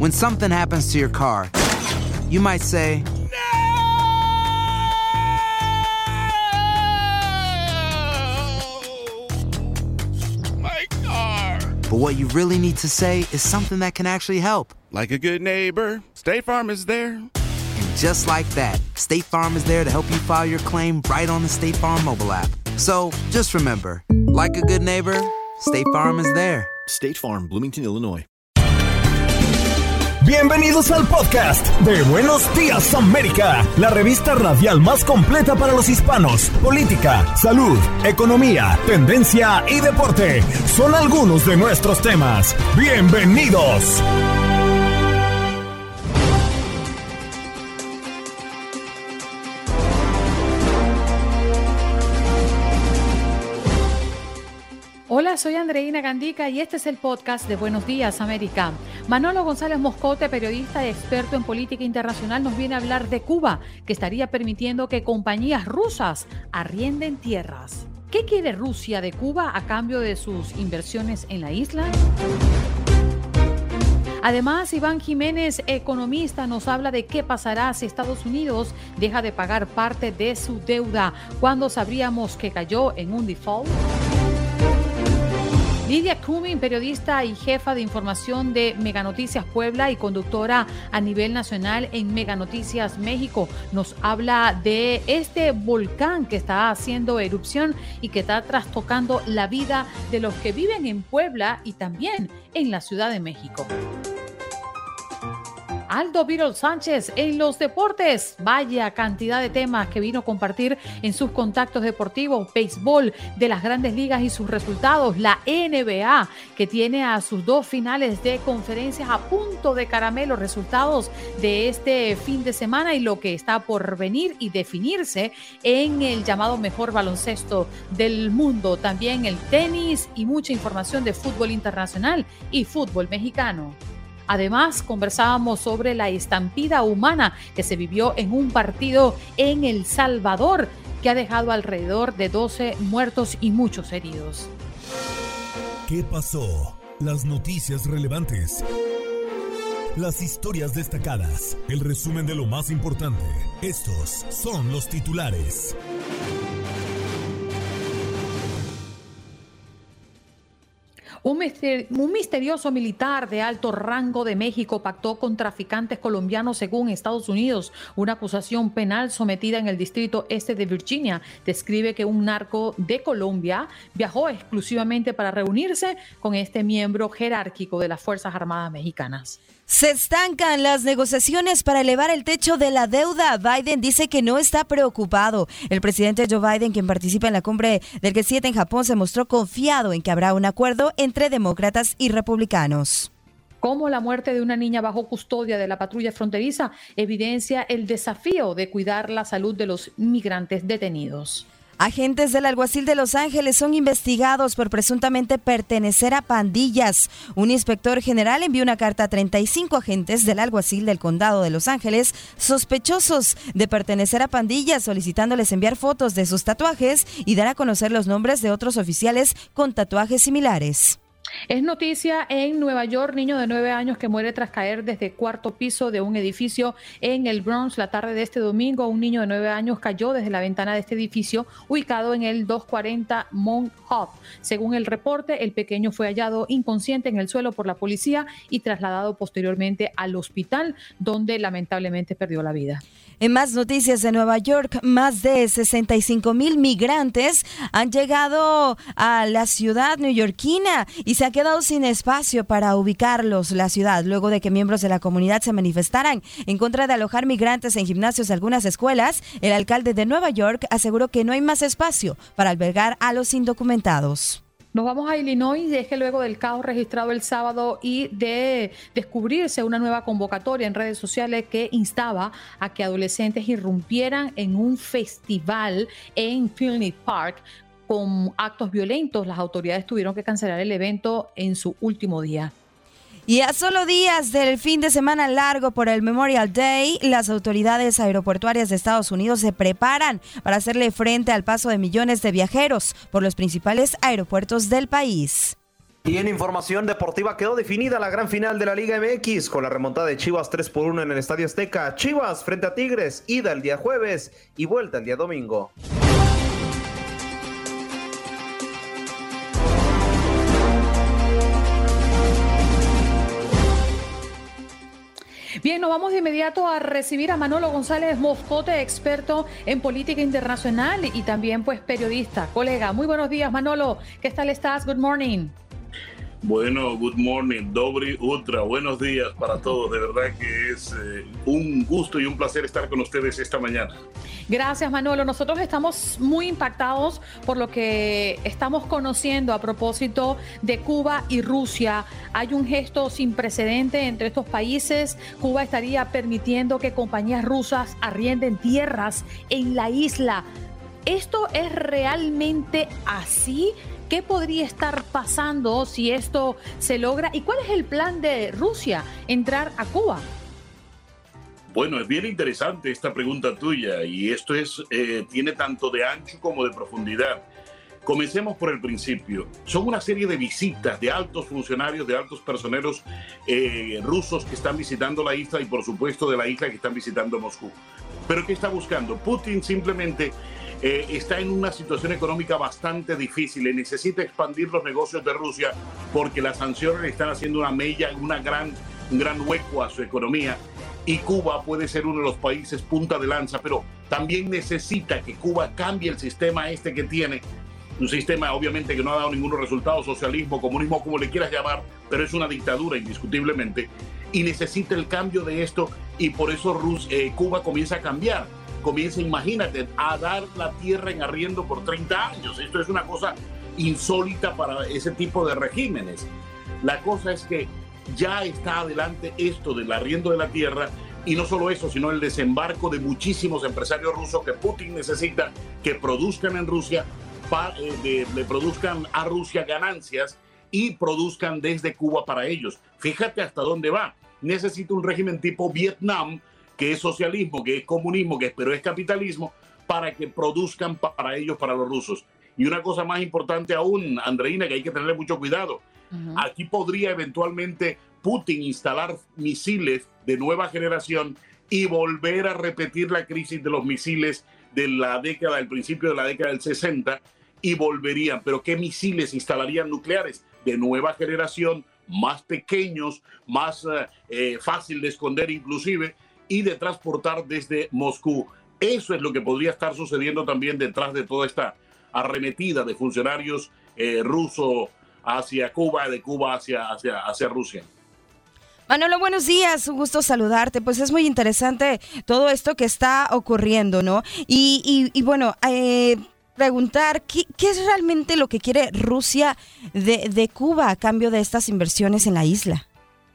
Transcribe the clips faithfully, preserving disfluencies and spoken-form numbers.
When something happens to your car, you might say, but what you really need to say is something that can actually help. Like a good neighbor, State Farm is there. And just like that, State Farm is there to help you file your claim right on the State Farm mobile app. So just remember, like a good neighbor, State Farm is there. State Farm, Bloomington, Illinois. Bienvenidos al podcast de Buenos Días América, la revista radial más completa para los hispanos. Política, salud, economía, tendencia y deporte son algunos de nuestros temas. Bienvenidos. Hola, soy Andreina Gandica y este es el podcast de Buenos Días América. Manolo González Moscote, periodista y experto en política internacional, nos viene a hablar de Cuba, que estaría permitiendo que compañías rusas arrienden tierras. ¿Qué quiere Rusia de Cuba a cambio de sus inversiones en la isla? Además, Iván Jiménez, economista, nos habla de qué pasará si Estados Unidos deja de pagar parte de su deuda. ¿Cuándo sabríamos que cayó en un default? Lidia Cumming, periodista y jefa de información de Meganoticias Puebla y conductora a nivel nacional en Meganoticias México, nos habla de este volcán que está haciendo erupción y que está trastocando la vida de los que viven en Puebla y también en la Ciudad de México. Aldo Virol Sánchez en los deportes. Vaya cantidad de temas que vino a compartir en sus contactos deportivos. Béisbol de las grandes ligas y sus resultados. La N B A, que tiene a sus dos finales de conferencias a punto de caramelo. Resultados de este fin de semana y lo que está por venir y definirse en el llamado mejor baloncesto del mundo. También el tenis y mucha información de fútbol internacional y fútbol mexicano. Además, conversábamos sobre la estampida humana que se vivió en un partido en El Salvador que ha dejado alrededor de doce muertos y muchos heridos. ¿Qué pasó? Las noticias relevantes. Las historias destacadas. El resumen de lo más importante. Estos son los titulares. Un, mister- un misterioso militar de alto rango de México pactó con traficantes colombianos según Estados Unidos. Una acusación penal sometida en el distrito este de Virginia describe que un narco de Colombia viajó exclusivamente para reunirse con este miembro jerárquico de las Fuerzas Armadas mexicanas. Se estancan las negociaciones para elevar el techo de la deuda. Biden dice que no está preocupado. El presidente Joe Biden, quien participa en la cumbre del G siete en Japón, se mostró confiado en que habrá un acuerdo entre demócratas y republicanos. Como la muerte de una niña bajo custodia de la patrulla fronteriza evidencia el desafío de cuidar la salud de los migrantes detenidos. Agentes del alguacil de Los Ángeles son investigados por presuntamente pertenecer a pandillas. Un inspector general envió una carta a treinta y cinco agentes del alguacil del condado de Los Ángeles sospechosos de pertenecer a pandillas, solicitándoles enviar fotos de sus tatuajes y dar a conocer los nombres de otros oficiales con tatuajes similares. Es noticia en Nueva York, niño de nueve años que muere tras caer desde el cuarto piso de un edificio en el Bronx la tarde de este domingo. Un niño de nueve años cayó desde la ventana de este edificio ubicado en el doscientos cuarenta Mount Hope. Según el reporte, el pequeño fue hallado inconsciente en el suelo por la policía y trasladado posteriormente al hospital, donde lamentablemente perdió la vida. En más noticias de Nueva York, más de sesenta y cinco mil migrantes han llegado a la ciudad neoyorquina y se ha quedado sin espacio para ubicarlos la ciudad, luego de que miembros de la comunidad se manifestaran en contra de alojar migrantes en gimnasios de algunas escuelas. El alcalde de Nueva York aseguró que no hay más espacio para albergar a los indocumentados. Nos vamos a Illinois y es que luego del caos registrado el sábado y de descubrirse una nueva convocatoria en redes sociales que instaba a que adolescentes irrumpieran en un festival en Phoenix Park con actos violentos, las autoridades tuvieron que cancelar el evento en su último día. Y a solo días del fin de semana largo por el Memorial Day, las autoridades aeroportuarias de Estados Unidos se preparan para hacerle frente al paso de millones de viajeros por los principales aeropuertos del país. Y en información deportiva quedó definida la gran final de la Liga M X con la remontada de Chivas tres por uno en el Estadio Azteca. Chivas frente a Tigres, ida el día jueves y vuelta el día domingo. Bien, nos vamos de inmediato a recibir a Manolo González Moscote, experto en política internacional y también pues periodista. Colega, muy buenos días, Manolo. ¿Qué tal estás? Good morning. Bueno, good morning, Dobry Ultra, buenos días para todos. De verdad que es eh, un gusto y un placer estar con ustedes esta mañana. Gracias, Manolo. Nosotros estamos muy impactados por lo que estamos conociendo a propósito de Cuba y Rusia. Hay un gesto sin precedente entre estos países. Cuba estaría permitiendo que compañías rusas arrienden tierras en la isla. ¿Esto es realmente así? ¿Qué podría estar pasando si esto se logra? ¿Y cuál es el plan de Rusia entrar a Cuba? Bueno, es bien interesante esta pregunta tuya y esto es eh, tiene tanto de ancho como de profundidad. Comencemos por el principio. Son una serie de visitas de altos funcionarios, de altos personeros eh, rusos que están visitando la isla y por supuesto de la isla que están visitando Moscú. ¿Pero qué está buscando? Putin simplemente eh, está en una situación económica bastante difícil y necesita expandir los negocios de Rusia porque las sanciones le están haciendo una mella, una gran, un gran hueco a su economía. Y Cuba puede ser uno de los países punta de lanza, pero también necesita que Cuba cambie el sistema este que tiene. Un sistema obviamente que no ha dado ningún resultado, socialismo, comunismo, como le quieras llamar, pero es una dictadura indiscutiblemente. Y necesita el cambio de esto y por eso Rus, eh, Cuba comienza a cambiar. Comienza, imagínate, a dar la tierra en arriendo por treinta años. Esto es una cosa insólita para ese tipo de regímenes. La cosa es que ya está adelante esto del arriendo de la tierra y no solo eso, sino el desembarco de muchísimos empresarios rusos que Putin necesita que produzcan en Rusia, para, eh, de, le produzcan a Rusia ganancias y produzcan desde Cuba para ellos. Fíjate hasta dónde va. Necesita un régimen tipo Vietnam, que es socialismo, que es comunismo, que es, pero es capitalismo, para que produzcan para ellos, para los rusos. Y una cosa más importante aún, Andreina, que hay que tenerle mucho cuidado. Uh-huh. Aquí podría eventualmente Putin instalar misiles de nueva generación y volver a repetir la crisis de los misiles de la década, del principio de la década del sesenta, y volverían. ¿Pero qué misiles instalarían nucleares? De nueva generación, más pequeños, más eh, fácil de esconder inclusive, y de transportar desde Moscú. Eso es lo que podría estar sucediendo también detrás de toda esta arremetida de funcionarios eh, rusos hacia Cuba, de Cuba hacia, hacia, hacia Rusia. Manolo, buenos días, un gusto saludarte. Pues es muy interesante todo esto que está ocurriendo, ¿no? Y, y, y bueno, eh, preguntar, ¿qué, ¿qué es realmente lo que quiere Rusia de, de Cuba a cambio de estas inversiones en la isla?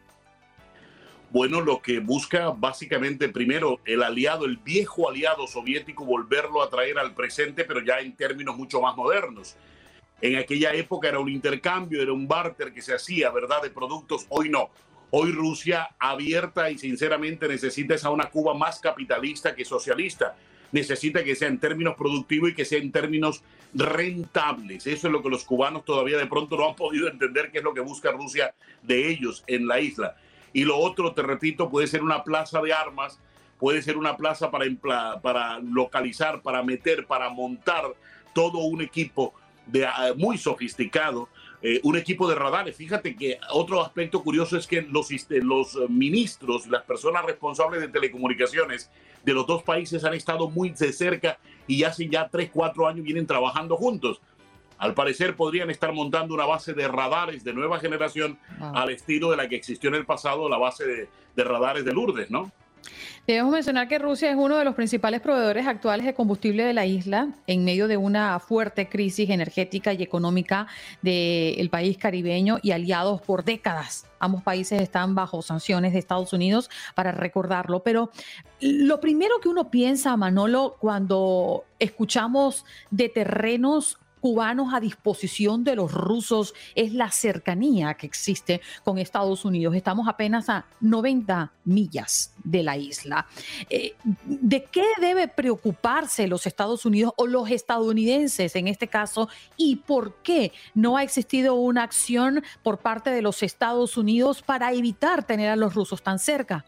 Bueno, lo que busca básicamente primero el aliado, el viejo aliado soviético, volverlo a traer al presente, pero ya en términos mucho más modernos. En aquella época era un intercambio, era un barter que se hacía, ¿verdad?, de productos. Hoy no. Hoy Rusia abierta y sinceramente necesita esa una Cuba más capitalista que socialista. Necesita que sea en términos productivos y que sea en términos rentables. Eso es lo que los cubanos todavía de pronto no han podido entender, qué es lo que busca Rusia de ellos en la isla. Y lo otro, te repito, puede ser una plaza de armas, puede ser una plaza para, para localizar, para meter, para montar todo un equipo de, uh, muy sofisticado, eh, un equipo de radares. Fíjate que otro aspecto curioso es que los, los ministros y las personas responsables de telecomunicaciones de los dos países han estado muy de cerca y hace ya tres, cuatro años vienen trabajando juntos. Al parecer podrían estar montando una base de radares de nueva generación wow. al estilo de la que existió en el pasado, la base de, de radares de Lourdes, ¿no? Debemos mencionar que Rusia es uno de los principales proveedores actuales de combustible de la isla en medio de una fuerte crisis energética y económica del país caribeño y aliados por décadas. Ambos países están bajo sanciones de Estados Unidos, para recordarlo. Pero lo primero que uno piensa, Manolo, cuando escuchamos de terrenos cubanos a disposición de los rusos es la cercanía que existe con Estados Unidos. Estamos apenas a noventa millas de la isla. Eh, ¿De qué debe preocuparse los Estados Unidos o los estadounidenses en este caso y por qué no ha existido una acción por parte de los Estados Unidos para evitar tener a los rusos tan cerca?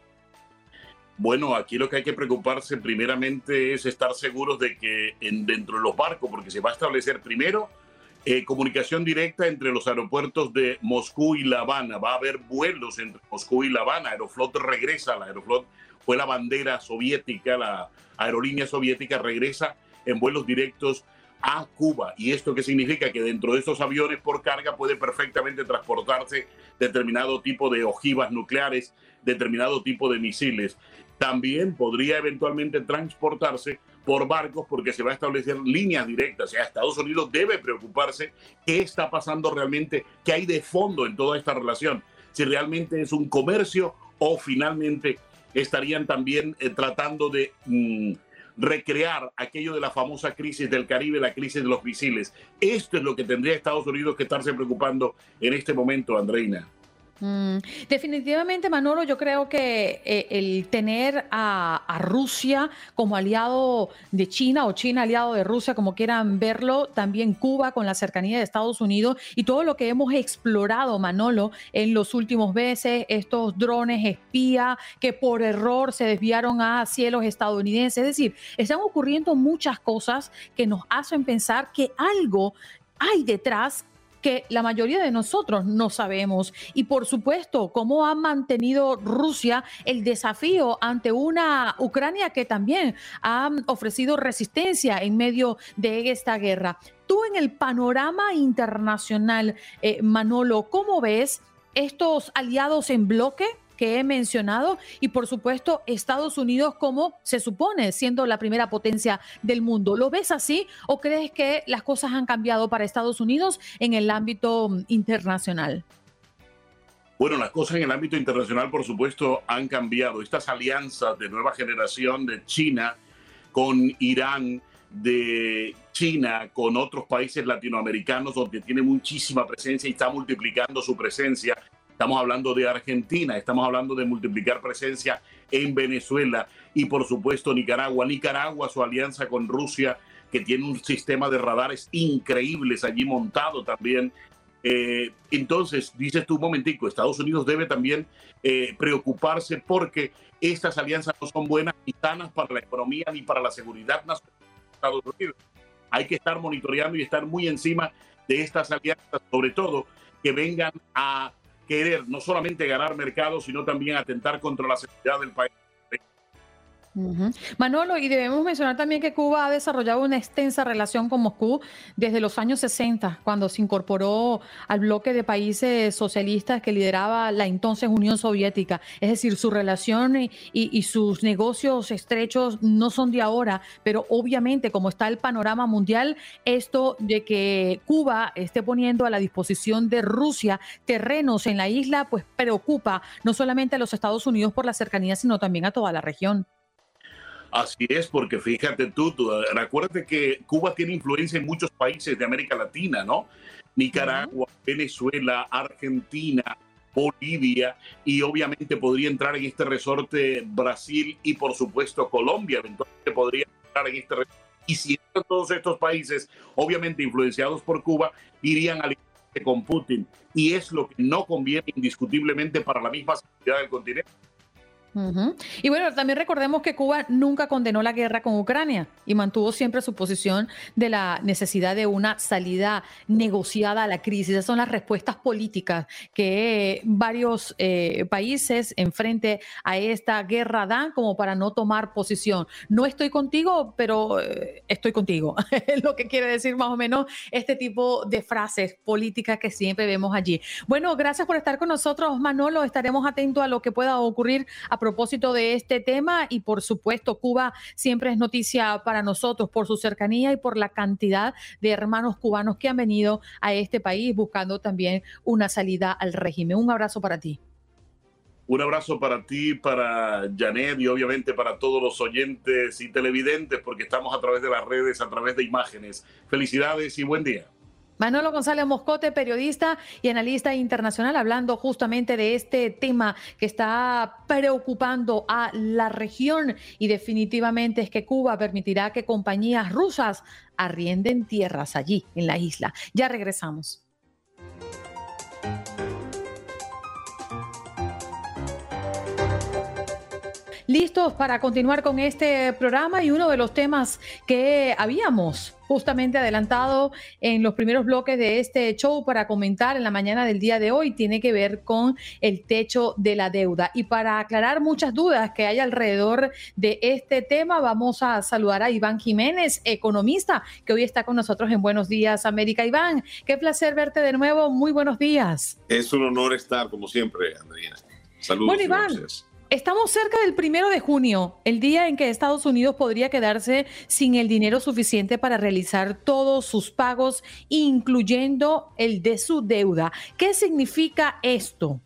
Bueno, aquí lo que hay que preocuparse primeramente es estar seguros de que en, dentro de los barcos, porque se va a establecer primero eh, comunicación directa entre los aeropuertos de Moscú y La Habana. Va a haber vuelos entre Moscú y La Habana. Aeroflot regresa. La Aeroflot fue la bandera soviética, la aerolínea soviética regresa en vuelos directos a Cuba. ¿Y esto qué significa? Que dentro de estos aviones por carga puede perfectamente transportarse determinado tipo de ojivas nucleares, determinado tipo de misiles. También podría eventualmente transportarse por barcos porque se va a establecer líneas directas. O sea, Estados Unidos debe preocuparse qué está pasando realmente, qué hay de fondo en toda esta relación. Si realmente es un comercio o finalmente estarían también eh, tratando de mmm, recrear aquello de la famosa crisis del Caribe, la crisis de los misiles. Esto es lo que tendría Estados Unidos que estarse preocupando en este momento, Andreina. Mm, definitivamente, Manolo, yo creo que eh, el tener a, a Rusia como aliado de China o China aliado de Rusia, como quieran verlo, también Cuba con la cercanía de Estados Unidos y todo lo que hemos explorado, Manolo, en los últimos meses, estos drones espía que por error se desviaron a cielos estadounidenses. Es decir, están ocurriendo muchas cosas que nos hacen pensar que algo hay detrás que la mayoría de nosotros no sabemos. Y por supuesto, cómo ha mantenido Rusia el desafío ante una Ucrania que también ha ofrecido resistencia en medio de esta guerra. Tú en el panorama internacional, eh, Manolo, ¿cómo ves estos aliados en bloque que he mencionado y por supuesto Estados Unidos como se supone siendo la primera potencia del mundo? ¿Lo ves así o crees que las cosas han cambiado para Estados Unidos en el ámbito internacional? Bueno, las cosas en el ámbito internacional por supuesto han cambiado. Estas alianzas de nueva generación de China con Irán, de China con otros países latinoamericanos donde tiene muchísima presencia y está multiplicando su presencia. Estamos hablando de Argentina, estamos hablando de multiplicar presencia en Venezuela y por supuesto Nicaragua. Nicaragua, su alianza con Rusia, que tiene un sistema de radares increíbles allí montado también. Eh, entonces, dices tú un momentico, Estados Unidos debe también eh, preocuparse porque estas alianzas no son buenas ni sanas para la economía ni para la seguridad nacional de Estados Unidos. Hay que estar monitoreando y estar muy encima de estas alianzas, sobre todo que vengan a querer no solamente ganar mercados, sino también atentar contra la seguridad del país. Uh-huh. Manolo, y debemos mencionar también que Cuba ha desarrollado una extensa relación con Moscú desde los años sesenta, cuando se incorporó al bloque de países socialistas que lideraba la entonces Unión Soviética. Es decir, su relación y, y, y sus negocios estrechos no son de ahora, pero obviamente como está el panorama mundial, esto de que Cuba esté poniendo a la disposición de Rusia terrenos en la isla, pues preocupa no solamente a los Estados Unidos por la cercanía, sino también a toda la región. Así es, porque fíjate tú, tú, recuérdate que Cuba tiene influencia en muchos países de América Latina, ¿no? Nicaragua, uh-huh. Venezuela, Argentina, Bolivia, y obviamente podría entrar en este resorte Brasil y por supuesto Colombia, eventualmente podría entrar en este resorte. Y si entran todos estos países, obviamente influenciados por Cuba, irían a aliarse con Putin. Y es lo que no conviene indiscutiblemente para la misma seguridad del continente. Uh-huh. Y bueno, también recordemos que Cuba nunca condenó la guerra con Ucrania y mantuvo siempre su posición de la necesidad de una salida negociada a la crisis. Esas son las respuestas políticas que varios eh, países en frente a esta guerra dan como para no tomar posición. No estoy contigo, pero eh, estoy contigo. Es lo que quiere decir más o menos este tipo de frases políticas que siempre vemos allí. Bueno, gracias por estar con nosotros, Manolo. Estaremos atentos a lo que pueda ocurrir a propósito de este tema y por supuesto Cuba siempre es noticia para nosotros por su cercanía y por la cantidad de hermanos cubanos que han venido a este país buscando también una salida al régimen. Un abrazo para ti. Un abrazo para ti, para Janet y obviamente para todos los oyentes y televidentes, porque estamos a través de las redes, a través de imágenes. Felicidades y buen día. Manolo González Moscote, periodista y analista internacional, hablando justamente de este tema que está preocupando a la región, y definitivamente es que Cuba permitirá que compañías rusas arrienden tierras allí en la isla. Ya regresamos. Listos para continuar con este programa, y uno de los temas que habíamos justamente adelantado en los primeros bloques de este show para comentar en la mañana del día de hoy tiene que ver con el techo de la deuda. Y para aclarar muchas dudas que hay alrededor de este tema, vamos a saludar a Iván Jiménez, economista, que hoy está con nosotros en Buenos Días América. Iván, qué placer verte de nuevo. Muy buenos días. Es un honor estar, como siempre, Andrea. Saludos. Bueno, Iván, estamos cerca del primero de junio, el día en que Estados Unidos podría quedarse sin el dinero suficiente para realizar todos sus pagos, incluyendo el de su deuda. ¿Qué significa esto?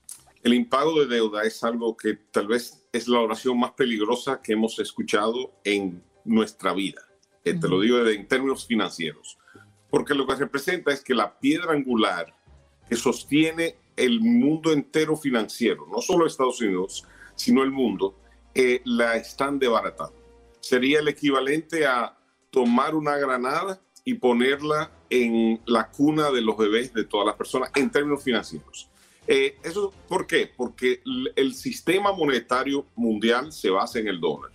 El impago de deuda es algo que tal vez es la oración más peligrosa que hemos escuchado en nuestra vida. Eh, uh-huh. Te lo digo en términos financieros. Porque lo que representa es que la piedra angular que sostiene el mundo entero financiero, no solo Estados Unidos, sino el mundo, eh, la están desbaratando. Sería el equivalente a tomar una granada y ponerla en la cuna de los bebés de todas las personas en términos financieros. Eh, ¿Eso por qué? Porque el sistema monetario mundial se basa en el dólar.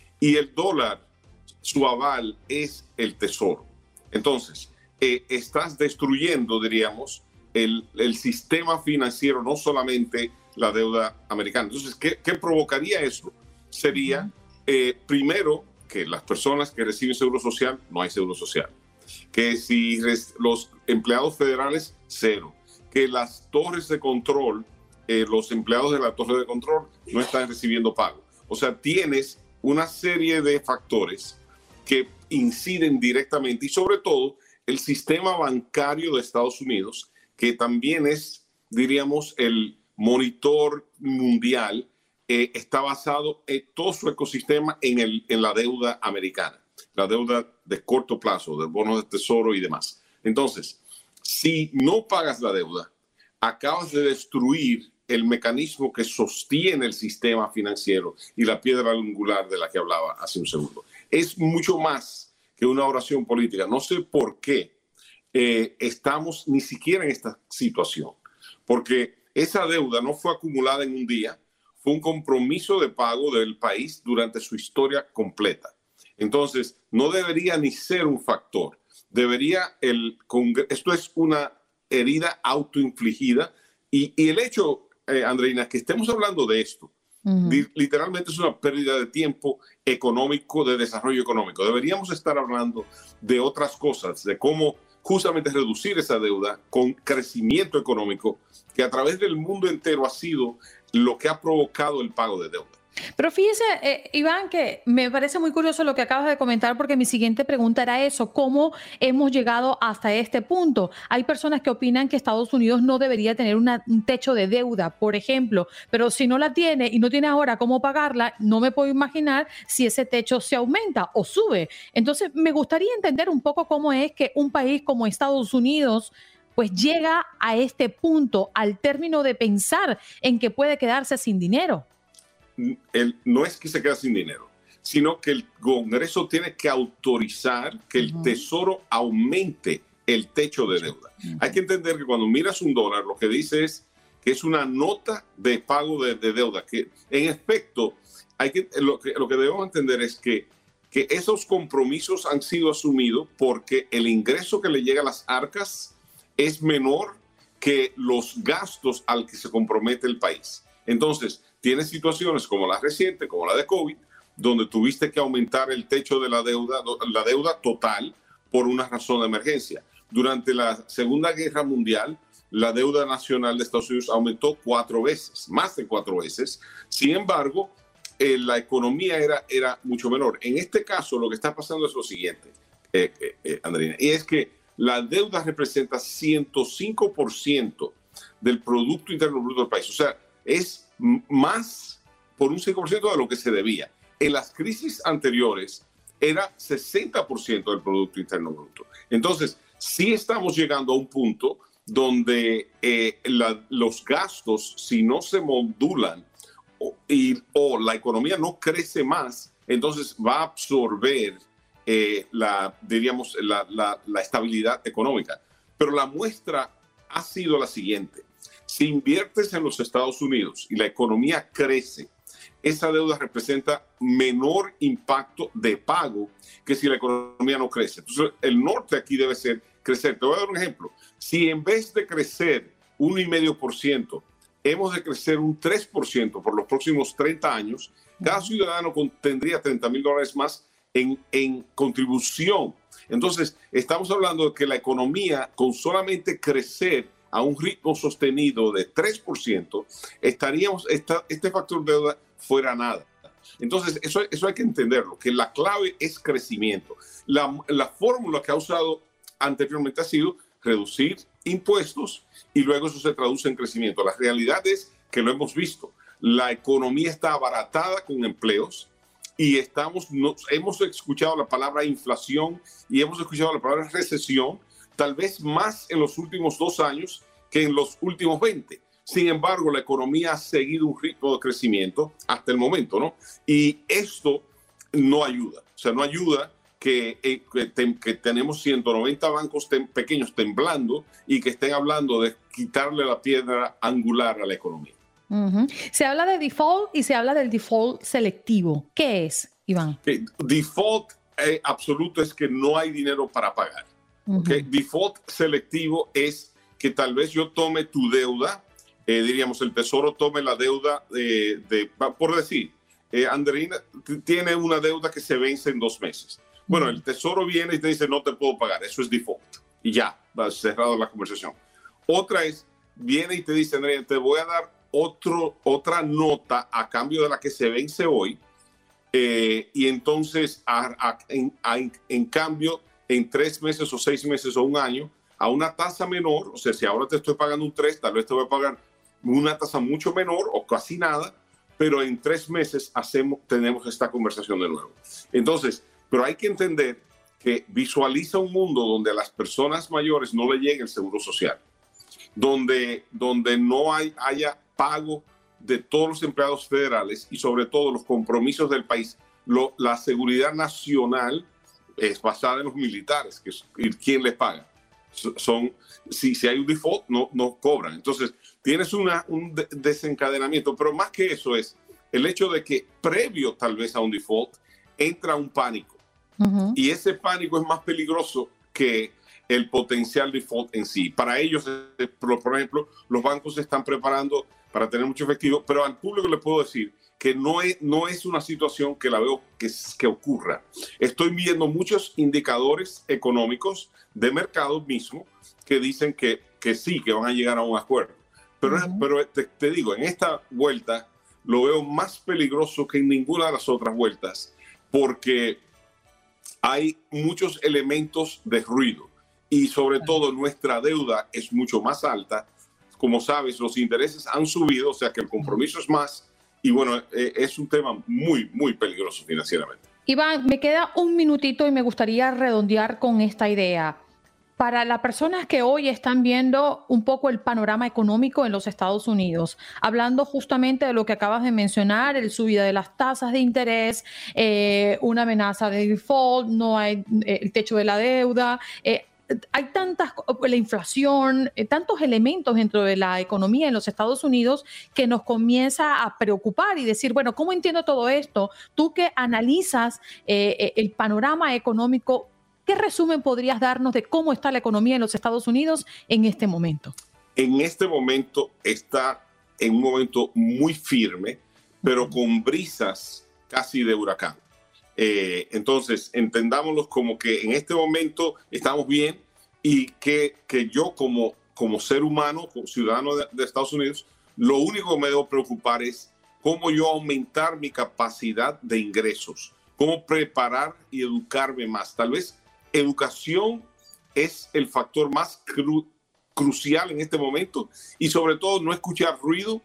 Y el dólar, su aval es el tesoro. Entonces, eh, estás destruyendo, diríamos, El, el sistema financiero, no solamente la deuda americana. Entonces, ¿qué, qué provocaría eso? Sería, eh, primero, que las personas que reciben seguro social, no hay seguro social. Que si res, los empleados federales, cero. Que las torres de control, eh, los empleados de la torre de control no están recibiendo pago. O sea, tienes una serie de factores que inciden directamente, y sobre todo el sistema bancario de Estados Unidos, que también es, diríamos, el monitor mundial, eh, está basado en todo su ecosistema en, el, en la deuda americana, la deuda de corto plazo, de bonos de tesoro y demás. Entonces, si no pagas la deuda, acabas de destruir el mecanismo que sostiene el sistema financiero y la piedra angular de la que hablaba hace un segundo. Es mucho más que una oración política. No sé por qué Eh, estamos ni siquiera en esta situación, porque esa deuda no fue acumulada en un día, fue un compromiso de pago del país durante su historia completa. Entonces, no debería ni ser un factor, debería el Congreso, esto es una herida autoinfligida, y, y el hecho, eh, Andreina, que estemos hablando de esto, uh-huh. li, literalmente es una pérdida de tiempo económico, de desarrollo económico. Deberíamos estar hablando de otras cosas, de cómo justamente reducir esa deuda con crecimiento económico, que a través del mundo entero ha sido lo que ha provocado el pago de deuda. Pero fíjese, eh, Iván, que me parece muy curioso lo que acabas de comentar, porque mi siguiente pregunta era eso: ¿cómo hemos llegado hasta este punto? Hay personas que opinan que Estados Unidos no debería tener una, un techo de deuda, por ejemplo, pero si no la tiene y no tiene ahora cómo pagarla, no me puedo imaginar si ese techo se aumenta o sube. Entonces, me gustaría entender un poco cómo es que un país como Estados Unidos pues llega a este punto, al término de pensar en que puede quedarse sin dinero. El, no es que se quede sin dinero, sino que el Congreso tiene que autorizar que el uh-huh. Tesoro aumente el techo de deuda. Uh-huh. Hay que entender que cuando miras un dólar, lo que dice es que es una nota de pago de, de deuda, que en efecto, hay que, lo, que, lo que debemos entender es que, que esos compromisos han sido asumidos porque el ingreso que le llega a las arcas es menor que los gastos al que se compromete el país. Entonces, tienes situaciones como la reciente, como la de COVID, donde tuviste que aumentar el techo de la deuda, la deuda total, por una razón de emergencia. Durante la Segunda Guerra Mundial, la deuda nacional de Estados Unidos aumentó cuatro veces, más de cuatro veces. Sin embargo, eh, la economía era, era mucho menor. En este caso, lo que está pasando es lo siguiente, eh, eh, eh, Andreina, y es que la deuda representa ciento cinco por ciento del Producto Interno Bruto del país. O sea, es más por un cinco por ciento de lo que se debía. En las crisis anteriores era sesenta por ciento del Producto Interno Bruto. Entonces, sí estamos llegando a un punto donde eh, la, los gastos, si no se modulan o, y, o la economía no crece más, entonces va a absorber eh, la, diríamos, la, la, la estabilidad económica. Pero la muestra ha sido la siguiente. Si inviertes en los Estados Unidos y la economía crece, esa deuda representa menor impacto de pago que si la economía no crece. Entonces, el norte aquí debe ser crecer. Te voy a dar un ejemplo. Si en vez de crecer un coma cinco por ciento, hemos de crecer un tres por ciento por los próximos treinta años, cada ciudadano tendría treinta mil dólares más en, en contribución. Entonces, estamos hablando de que la economía, con solamente crecer a un ritmo sostenido de tres por ciento, estaríamos, esta, este factor de deuda fuera nada. Entonces, eso, eso hay que entenderlo, que la clave es crecimiento. La, la fórmula que ha usado anteriormente ha sido reducir impuestos y luego eso se traduce en crecimiento. La realidad es que lo hemos visto. La economía está abaratada con empleos y estamos, nos, hemos escuchado la palabra inflación y hemos escuchado la palabra recesión, tal vez más en los últimos dos años que en los últimos veinte. Sin embargo, la economía ha seguido un ritmo de crecimiento hasta el momento, ¿no? Y esto no ayuda. O sea, no ayuda que, eh, que, te, que tenemos ciento noventa bancos tem, pequeños temblando y que estén hablando de quitarle la piedra angular a la economía. Uh-huh. Se habla de default y se habla del default selectivo. ¿Qué es, Iván? Eh, default eh, absoluto es que no hay dinero para pagar. Uh-huh. ¿Okay? Default selectivo es que tal vez yo tome tu deuda, eh, diríamos el Tesoro tome la deuda de, de por decir, eh, Andreina tiene una deuda que se vence en dos meses. Bueno, el Tesoro viene y te dice no te puedo pagar, eso es default. Y ya, va cerrado la conversación. Otra es, viene y te dice, Andreina, te voy a dar otro, otra nota a cambio de la que se vence hoy, eh, y entonces a, a, en, a, en cambio en tres meses o seis meses o un año a una tasa menor, o sea, si ahora te estoy pagando un tres, tal vez te voy a pagar una tasa mucho menor o casi nada, pero en tres meses hacemos, tenemos esta conversación de nuevo. Entonces, pero hay que entender que visualiza un mundo donde a las personas mayores no le llegue el seguro social, donde, donde no hay, haya pago de todos los empleados federales y sobre todo los compromisos del país. Lo, la seguridad nacional es basada en los militares, que es quien les paga. Son, si, si hay un default, no, no cobran. Entonces, tienes una, un de, desencadenamiento, pero más que eso es el hecho de que previo tal vez a un default entra un pánico. Uh-huh. Y ese pánico es más peligroso que el potencial default en sí. Para ellos, por ejemplo, los bancos se están preparando para tener mucho efectivo, pero al público le puedo decir que no es, no es una situación que la veo que, que ocurra. Estoy viendo muchos indicadores económicos de mercado mismo que dicen que, que sí, que van a llegar a un acuerdo. Pero, uh-huh. pero te, te digo, en esta vuelta lo veo más peligroso que en ninguna de las otras vueltas, porque hay muchos elementos de ruido y sobre todo nuestra deuda es mucho más alta. Como sabes, los intereses han subido, o sea que el compromiso es más. Y bueno, eh, es un tema muy, muy peligroso financieramente. Iván, me queda un minutito y me gustaría redondear con esta idea. Para las personas que hoy están viendo un poco el panorama económico en los Estados Unidos, hablando justamente de lo que acabas de mencionar, el subida de las tasas de interés, eh, una amenaza de default, no hay eh, el techo de la deuda, eh, hay tantas, la inflación, eh, tantos elementos dentro de la economía en los Estados Unidos que nos comienza a preocupar y decir, bueno, ¿cómo entiendo todo esto? Tú que analizas eh, el panorama económico, ¿qué resumen podrías darnos de cómo está la economía en los Estados Unidos en este momento? En este momento está en un momento muy firme, pero con brisas casi de huracán. Eh, entonces, entendámoslo como que en este momento estamos bien y que, que yo como, como ser humano, como ciudadano de, de Estados Unidos, lo único que me debo preocupar es cómo yo aumentar mi capacidad de ingresos, cómo preparar y educarme más. Tal vez educación es el factor más cru, crucial en este momento y sobre todo no escuchar ruido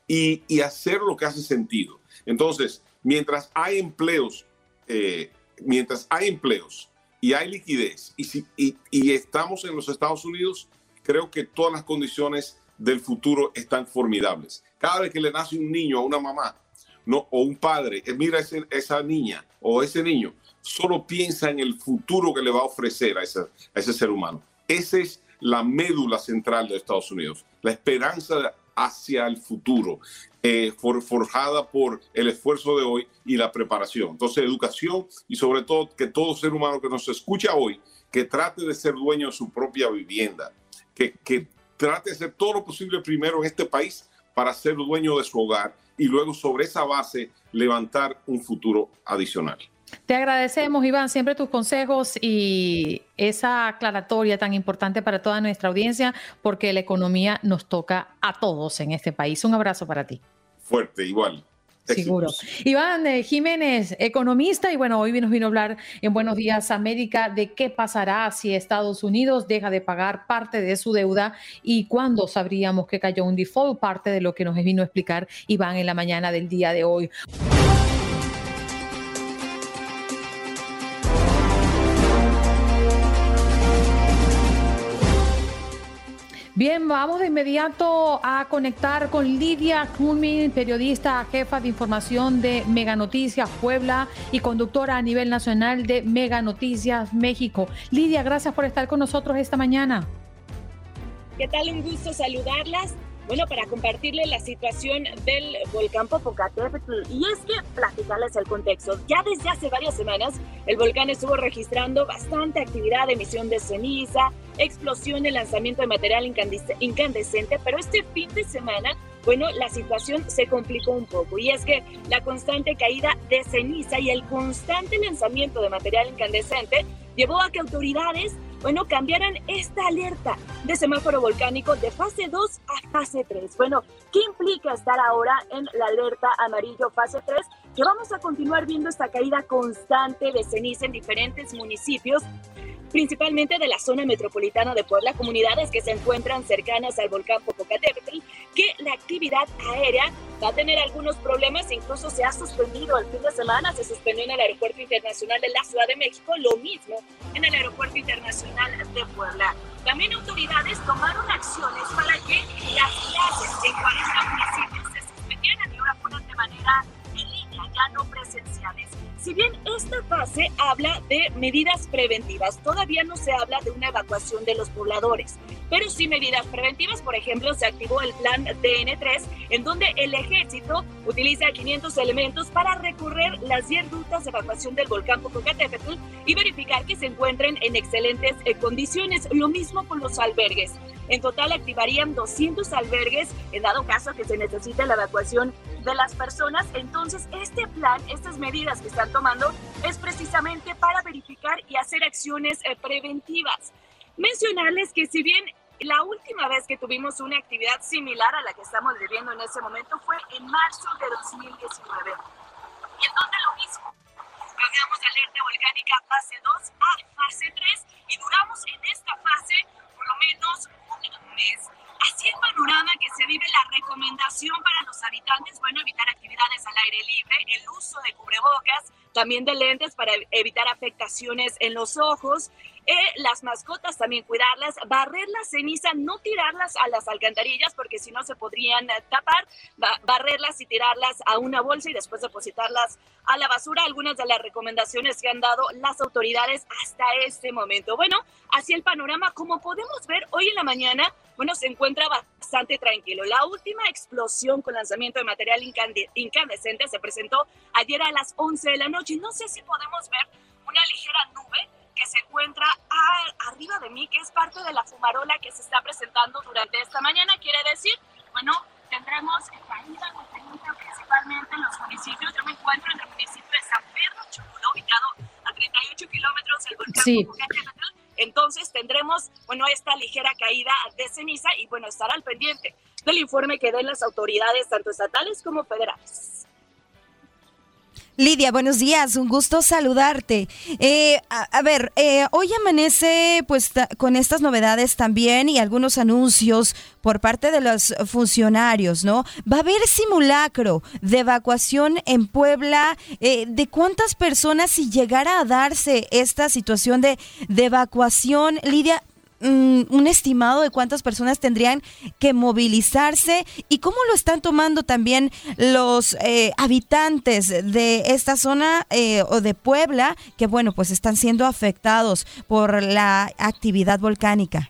y, y hacer lo que hace sentido. Entonces, mientras hay empleos, eh, mientras hay empleos y hay liquidez y, si, y, y estamos en los Estados Unidos, creo que todas las condiciones del futuro están formidables. Cada vez que le nace un niño a una mamá, no, o un padre, mira ese, esa niña o ese niño, solo piensa en el futuro que le va a ofrecer a ese, a ese ser humano. Esa es la médula central de Estados Unidos, la esperanza hacia el futuro, eh, for, forjada por el esfuerzo de hoy y la preparación. Entonces, educación y sobre todo que todo ser humano que nos escucha hoy, que trate de ser dueño de su propia vivienda, que, que trate de hacer todo lo posible primero en este país para ser dueño de su hogar y luego sobre esa base levantar un futuro adicional. Te agradecemos, Iván, siempre tus consejos y esa aclaratoria tan importante para toda nuestra audiencia, porque la economía nos toca a todos en este país. Un abrazo para ti. Fuerte, igual. Seguro. Iván eh, Jiménez, economista, y bueno, hoy nos vino a hablar en Buenos Días América de qué pasará si Estados Unidos deja de pagar parte de su deuda y cuándo sabríamos que cayó un default, parte de lo que nos vino a explicar Iván en la mañana del día de hoy. Bien, vamos de inmediato a conectar con Lidia Culmin, periodista, jefa de información de Mega Noticias Puebla y conductora a nivel nacional de Mega Noticias México. Lidia, gracias por estar con nosotros esta mañana. ¿Qué tal? Un gusto saludarlas. Bueno, para compartirles la situación del volcán Popocatépetl, y es que platicarles el contexto. Ya desde hace varias semanas, el volcán estuvo registrando bastante actividad de emisión de ceniza, explosión y lanzamiento de material incandescente, pero este fin de semana, bueno, la situación se complicó un poco, y es que la constante caída de ceniza y el constante lanzamiento de material incandescente llevó a que autoridades, bueno, cambiaran esta alerta de semáforo volcánico de fase dos a fase tres. Bueno, ¿qué implica estar ahora en la alerta amarillo fase tres? Que vamos a continuar viendo esta caída constante de ceniza en diferentes municipios, principalmente de la zona metropolitana de Puebla, comunidades que se encuentran cercanas al volcán Popocatépetl, que la actividad aérea va a tener algunos problemas, incluso se ha suspendido el fin de semana, se suspendió en el Aeropuerto Internacional de la Ciudad de México, lo mismo en el Aeropuerto Internacional de Puebla. También autoridades tomaron acciones para que las clases en cuarenta municipios se suspendieran y ahora fueran de manera en línea, ya no presenciales. Si bien esta fase habla de medidas preventivas, todavía no se habla de una evacuación de los pobladores, pero sí medidas preventivas. Por ejemplo, se activó el plan D N tres, en donde el ejército utiliza quinientos elementos para recorrer las diez rutas de evacuación del volcán Popocatépetl y verificar que se encuentren en excelentes eh, condiciones. Lo mismo con los albergues. En total activarían doscientos albergues en dado caso que se necesite la evacuación de las personas. Entonces, este plan, estas medidas que están tomando es precisamente para verificar y hacer acciones eh, preventivas. Mencionarles que si bien la última vez que tuvimos una actividad similar a la que estamos viviendo en ese momento fue en marzo de dos mil diecinueve, y en donde lo mismo, cambiamos de alerta volcánica fase dos a fase tres y duramos en esta fase por lo menos un mes. Así el panorama que se vive, la recomendación para los habitantes, bueno, evitar actividades al aire libre, el uso de cubrebocas, también de lentes para evitar afectaciones en los ojos, eh, las mascotas también cuidarlas, barrer la ceniza, no tirarlas a las alcantarillas porque si no se podrían tapar, ba- barrerlas y tirarlas a una bolsa y después depositarlas a la basura, algunas de las recomendaciones que han dado las autoridades hasta este momento. Bueno, así el panorama, como podemos ver hoy en la mañana, bueno, se encuentra bastante tranquilo. La última explosión con lanzamiento de material incande- incandescente se presentó ayer a las once de la noche. No sé si podemos ver una ligera nube que se encuentra a, arriba de mí, que es parte de la fumarola que se está presentando durante esta mañana. Quiere decir, bueno, tendremos caída contenida principalmente en los municipios. Yo me encuentro en el municipio de San Pedro Cholula, ubicado a treinta y ocho kilómetros del volcán Sí. Popocatépetl. Entonces tendremos, bueno, esta ligera caída de ceniza y, bueno, estar al pendiente del informe que den las autoridades, tanto estatales como federales. Lidia, buenos días, un gusto saludarte. Eh, a, a ver, eh, hoy amanece pues ta- con estas novedades también y algunos anuncios por parte de los funcionarios, ¿no? Va a haber simulacro de evacuación en Puebla. Eh, ¿De cuántas personas, si llegara a darse esta situación de, de evacuación, Lidia? Un estimado de cuántas personas tendrían que movilizarse y cómo lo están tomando también los eh, habitantes de esta zona eh, o de Puebla, que bueno, pues están siendo afectados por la actividad volcánica.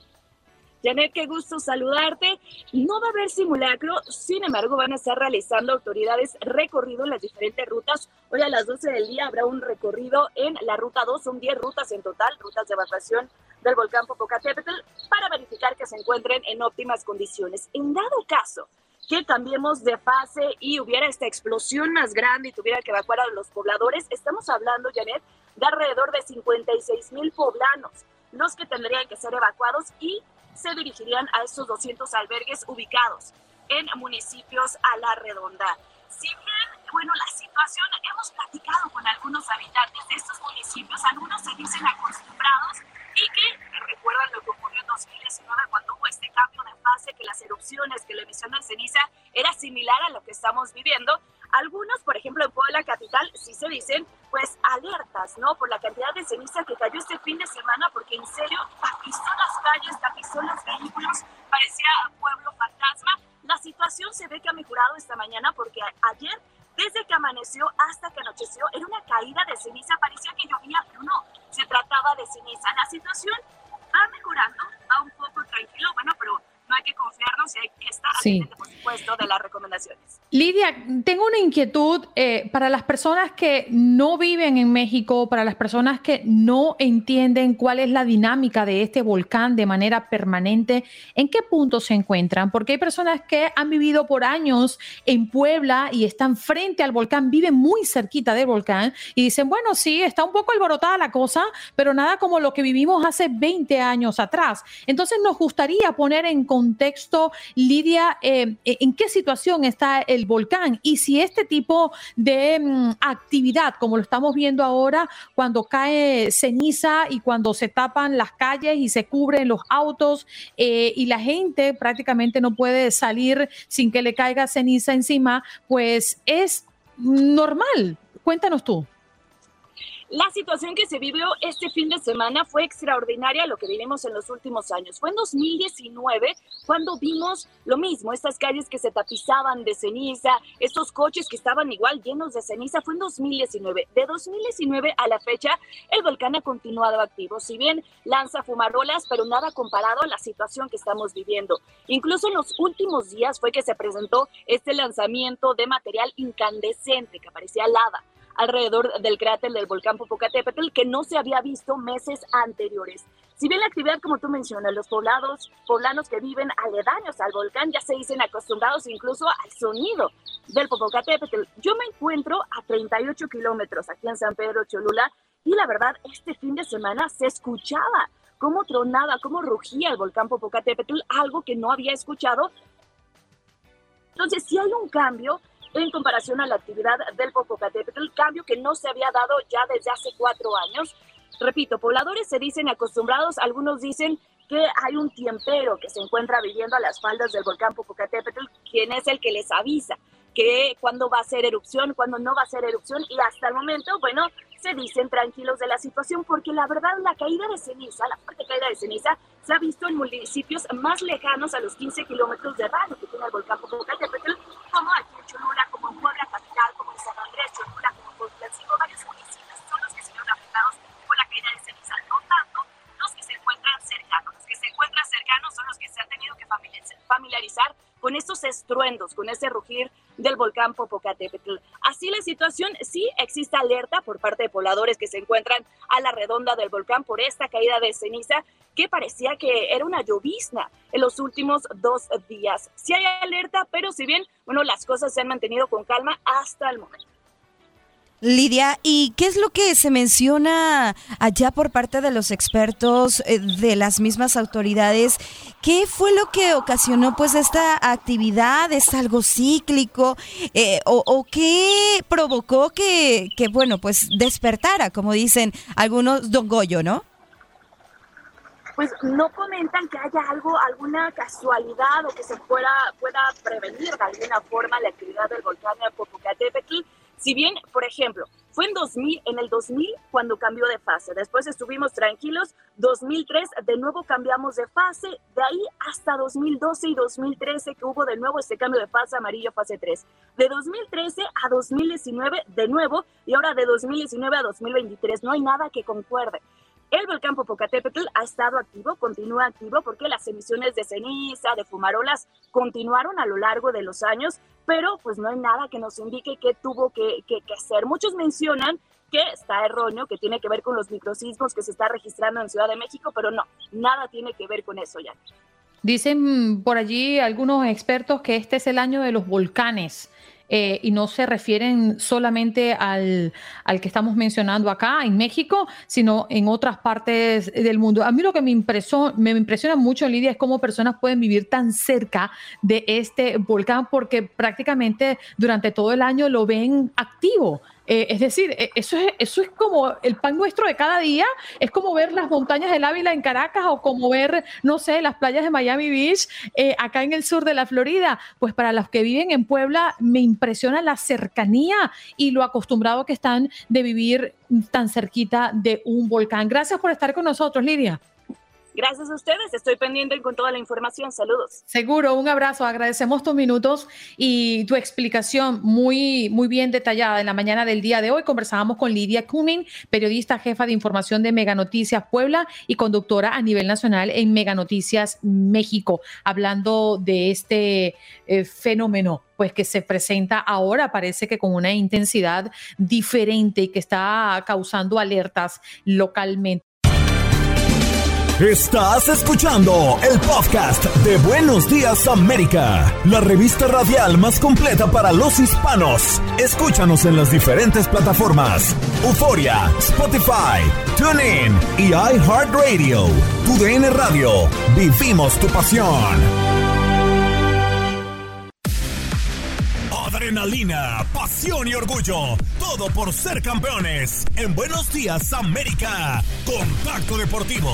Janet, qué gusto saludarte. No va a haber simulacro, sin embargo van a estar realizando autoridades recorrido en las diferentes rutas. Hoy a las doce del día habrá un recorrido en la ruta dos, son diez rutas en total, rutas de evacuación del volcán Popocatépetl, para verificar que se encuentren en óptimas condiciones. En dado caso que cambiemos de fase y hubiera esta explosión más grande y tuviera que evacuar a los pobladores, estamos hablando, Janet, de alrededor de cincuenta y seis mil poblanos, los que tendrían que ser evacuados y se dirigirían a estos doscientos albergues ubicados en municipios a la redonda. Si bien, bueno, la situación, hemos platicado con algunos habitantes de estos municipios, algunos se dicen acostumbrados y que recuerdan lo que ocurrió en dos mil diecinueve cuando hubo este cambio de fase, que las erupciones, que la emisión de ceniza era similar a lo que estamos viviendo. Algunos, por ejemplo, en Puebla capital, sí se dicen, pues, alertas, ¿no? Por la cantidad de ceniza que cayó este fin de semana, porque en serio, tapizó las calles, tapizó los vehículos, parecía pueblo fantasma. La situación se ve que ha mejorado esta mañana, porque ayer, desde que amaneció hasta que anocheció, era una caída de ceniza, parecía que llovía, pero no, se trataba de ceniza. La situación va mejorando, va un poco tranquilo, bueno, pero no hay que confiarnos y hay que estar sí. pendiente, por supuesto, de las recomendaciones. Lidia, tengo una inquietud eh, para las personas que no viven en México, para las personas que no entienden cuál es la dinámica de este volcán de manera permanente, ¿en qué punto se encuentran? Porque hay personas que han vivido por años en Puebla y están frente al volcán, viven muy cerquita del volcán y dicen, bueno, sí, está un poco alborotada la cosa, pero nada como lo que vivimos hace veinte años atrás. Entonces nos gustaría poner en contexto, Lidia, eh, en qué situación está el volcán y si este tipo de um, actividad, como lo estamos viendo ahora, cuando cae ceniza y cuando se tapan las calles y se cubren los autos eh, y la gente prácticamente no puede salir sin que le caiga ceniza encima, pues es normal. Cuéntanos tú. La situación que se vivió este fin de semana fue extraordinaria, lo que vivimos en los últimos años. Fue en dos mil diecinueve cuando vimos lo mismo, estas calles que se tapizaban de ceniza, estos coches que estaban igual llenos de ceniza. Fue en dos mil diecinueve. De dos mil diecinueve a la fecha, el volcán ha continuado activo. Si bien lanza fumarolas, pero nada comparado a la situación que estamos viviendo. Incluso en los últimos días fue que se presentó este lanzamiento de material incandescente que parecía lava alrededor del cráter del volcán Popocatépetl, que no se había visto meses anteriores. Si bien la actividad, como tú mencionas, los poblados, poblanos que viven aledaños al volcán ya se dicen acostumbrados incluso al sonido del Popocatépetl. Yo me encuentro a treinta y ocho kilómetros aquí en San Pedro Cholula y la verdad, este fin de semana se escuchaba cómo tronaba, cómo rugía el volcán Popocatépetl, algo que no había escuchado. Entonces, sí hay un cambio en comparación a la actividad del Popocatépetl, cambio que no se había dado ya desde hace cuatro años. Repito, pobladores se dicen acostumbrados, algunos dicen que hay un tiempero que se encuentra viviendo a las faldas del volcán Popocatépetl, quien es el que les avisa que cuándo va a ser erupción, cuándo no va a ser erupción, y hasta el momento, bueno, se dicen tranquilos de la situación, porque la verdad la caída de ceniza, la fuerte caída de ceniza, se ha visto en municipios más lejanos a los quince kilómetros de radio que tiene el volcán Popocatépetl, como aquí en Cholula, como en Puebla capital, como en San Andrés Cholula, como en Coatzacoalcos, varios municipios son los que se vieron afectados por la caída de ceniza, no tanto los que se encuentran cercanos. Los que se encuentran cercanos son los que se han tenido que familiarizar con estos estruendos, con ese rugir del volcán Popocatépetl. Así la situación, sí existe alerta por parte de pobladores que se encuentran a la redonda del volcán por esta caída de ceniza que parecía que era una llovizna en los últimos dos días. Sí hay alerta, pero si bien, bueno, las cosas se han mantenido con calma hasta el momento. Lidia, ¿y qué es lo que se menciona allá por parte de los expertos, eh, de las mismas autoridades? ¿Qué fue lo que ocasionó pues esta actividad? ¿Es algo cíclico? Eh, o, ¿O qué provocó que, que, bueno, pues despertara, como dicen algunos, Don Goyo, ¿no? Pues no comentan que haya algo, alguna casualidad o que se fuera, pueda prevenir de alguna forma la actividad del volcán Popocatépetl. Si bien, por ejemplo, fue en dos mil, en el dos mil cuando cambió de fase, después estuvimos tranquilos, dos mil tres de nuevo cambiamos de fase, de ahí hasta dos mil doce y dos mil trece que hubo de nuevo este cambio de fase amarillo fase tres, de dos mil trece a dos mil diecinueve de nuevo y ahora de dos mil diecinueve a dos mil veintitrés, no hay nada que concuerde. El volcán Popocatépetl ha estado activo, continúa activo porque las emisiones de ceniza, de fumarolas continuaron a lo largo de los años, pero pues no hay nada que nos indique qué tuvo que, que, que hacer. Muchos mencionan que está erróneo, que tiene que ver con los microsismos que se está registrando en Ciudad de México, pero no, nada tiene que ver con eso ya. Dicen por allí algunos expertos que este es el año de los volcanes. Eh, y no se refieren solamente al, al que estamos mencionando acá en México, sino en otras partes del mundo. A mí lo que me, impreso, me impresiona mucho, Lidia, es cómo personas pueden vivir tan cerca de este volcán porque prácticamente durante todo el año lo ven activo. Eh, es decir, eso es, eso es como el pan nuestro de cada día, es como ver las montañas del Ávila en Caracas o como ver, no sé, las playas de Miami Beach eh, acá en el sur de la Florida. Pues para los que viven en Puebla me impresiona la cercanía y lo acostumbrado que están de vivir tan cerquita de un volcán. Gracias por estar con nosotros, Lidia. Gracias a ustedes, estoy pendiente con toda la información. Saludos. Seguro, un abrazo. Agradecemos tus minutos y tu explicación muy, muy bien detallada en la mañana del día de hoy. Conversábamos con Lidia Cumming, periodista jefa de información de Mega Noticias Puebla y conductora a nivel nacional en Mega Noticias México, hablando de este eh, fenómeno pues que se presenta ahora, parece que con una intensidad diferente y que está causando alertas localmente. Estás escuchando el podcast de Buenos Días América, la revista radial más completa para los hispanos. Escúchanos en las diferentes plataformas: Euforia, Spotify, TuneIn y iHeartRadio. Tu D N Radio. Vivimos tu pasión. Adrenalina, pasión y orgullo. Todo por ser campeones. En Buenos Días América. Contacto Deportivo.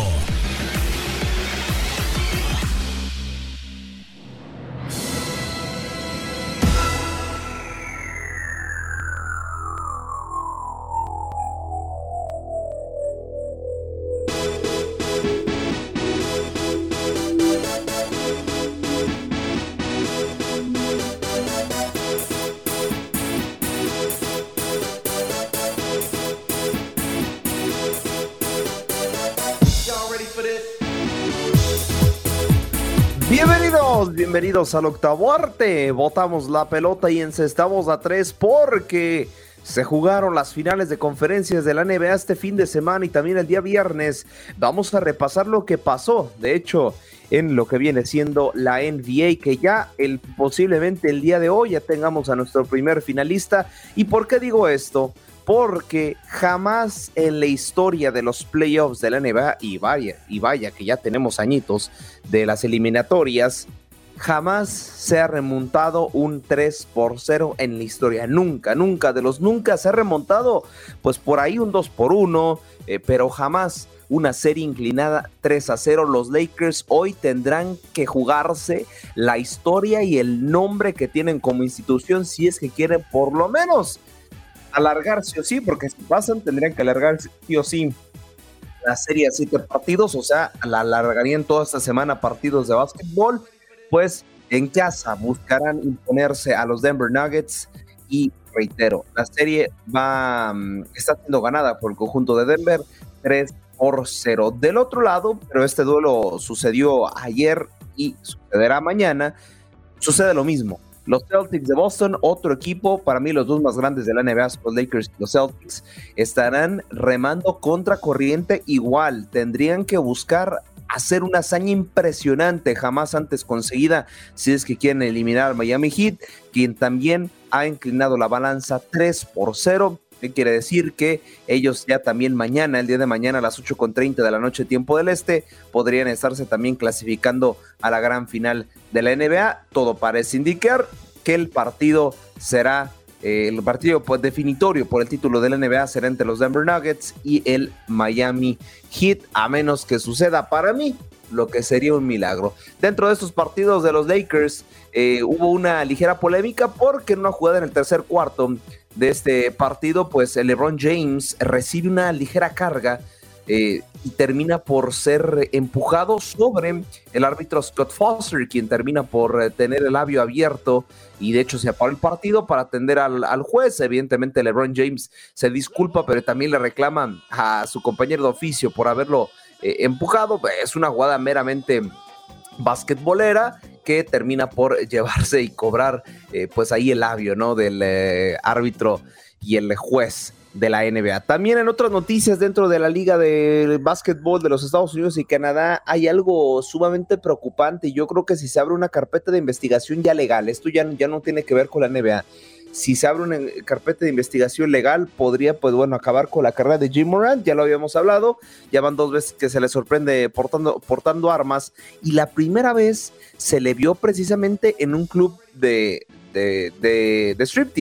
Bienvenidos, bienvenidos al octavo arte. Botamos la pelota y encestamos a tres porque se jugaron las finales de conferencias de la N B A este fin de semana y también el día viernes. Vamos a repasar lo que pasó, de hecho, en lo que viene siendo la N B A, que ya el, posiblemente el día de hoy ya tengamos a nuestro primer finalista. ¿Y por qué digo esto? Porque jamás en la historia de los playoffs de la N B A, y vaya, y vaya que ya tenemos añitos de las eliminatorias, jamás se ha remontado un tres por cero en la historia. Nunca, nunca, de los nunca se ha remontado, pues por ahí un dos por uno, eh, pero jamás una serie inclinada tres a cero. Los Lakers hoy tendrán que jugarse la historia y el nombre que tienen como institución si es que quieren por lo menos alargar sí o sí, porque si pasan tendrían que alargar sí o sí la serie de siete partidos, o sea, la alargarían toda esta semana partidos de básquetbol. Pues en casa buscarán imponerse a los Denver Nuggets y reitero, la serie va está siendo ganada por el conjunto de Denver tres por cero. Del otro lado, pero este duelo sucedió ayer y sucederá mañana, sucede lo mismo. Los Celtics de Boston, otro equipo, para mí los dos más grandes de la N B A, los Lakers y los Celtics, estarán remando contra corriente igual. Tendrían que buscar hacer una hazaña impresionante, jamás antes conseguida, si es que quieren eliminar al Miami Heat, quien también ha inclinado la balanza tres por cero ¿Qué quiere decir? Que ellos ya también mañana, el día de mañana a las ocho con treinta de la noche, tiempo del este, podrían estarse también clasificando a la gran final de la N B A. Todo parece indicar que el partido será, eh, el partido pues, definitorio por el título de la N B A será entre los Denver Nuggets y el Miami Heat, a menos que suceda para mí lo que sería un milagro. Dentro de estos partidos de los Lakers eh, hubo una ligera polémica porque en una jugada en el tercer cuarto de este partido, pues el LeBron James recibe una ligera carga eh, y termina por ser empujado sobre el árbitro Scott Foster, quien termina por eh, tener el labio abierto y de hecho se apagó el partido para atender al, al juez. Evidentemente LeBron James se disculpa, pero también le reclama a su compañero de oficio por haberlo eh, empujado. Es una jugada meramente basquetbolera que termina por llevarse y cobrar eh, pues ahí el labio, ¿no? del eh, árbitro y el juez de la N B A. También en otras noticias dentro de la Liga de Básquetbol de los Estados Unidos y Canadá hay algo sumamente preocupante y yo creo que si se abre una carpeta de investigación ya legal, esto ya, ya no tiene que ver con la N B A, si se abre una carpeta de investigación legal, podría, pues bueno, acabar con la carrera de Jim Morant. Ya lo habíamos hablado, ya van dos veces que se le sorprende portando, portando armas, y la primera vez se le vio precisamente en un club de, de, de, de striptease.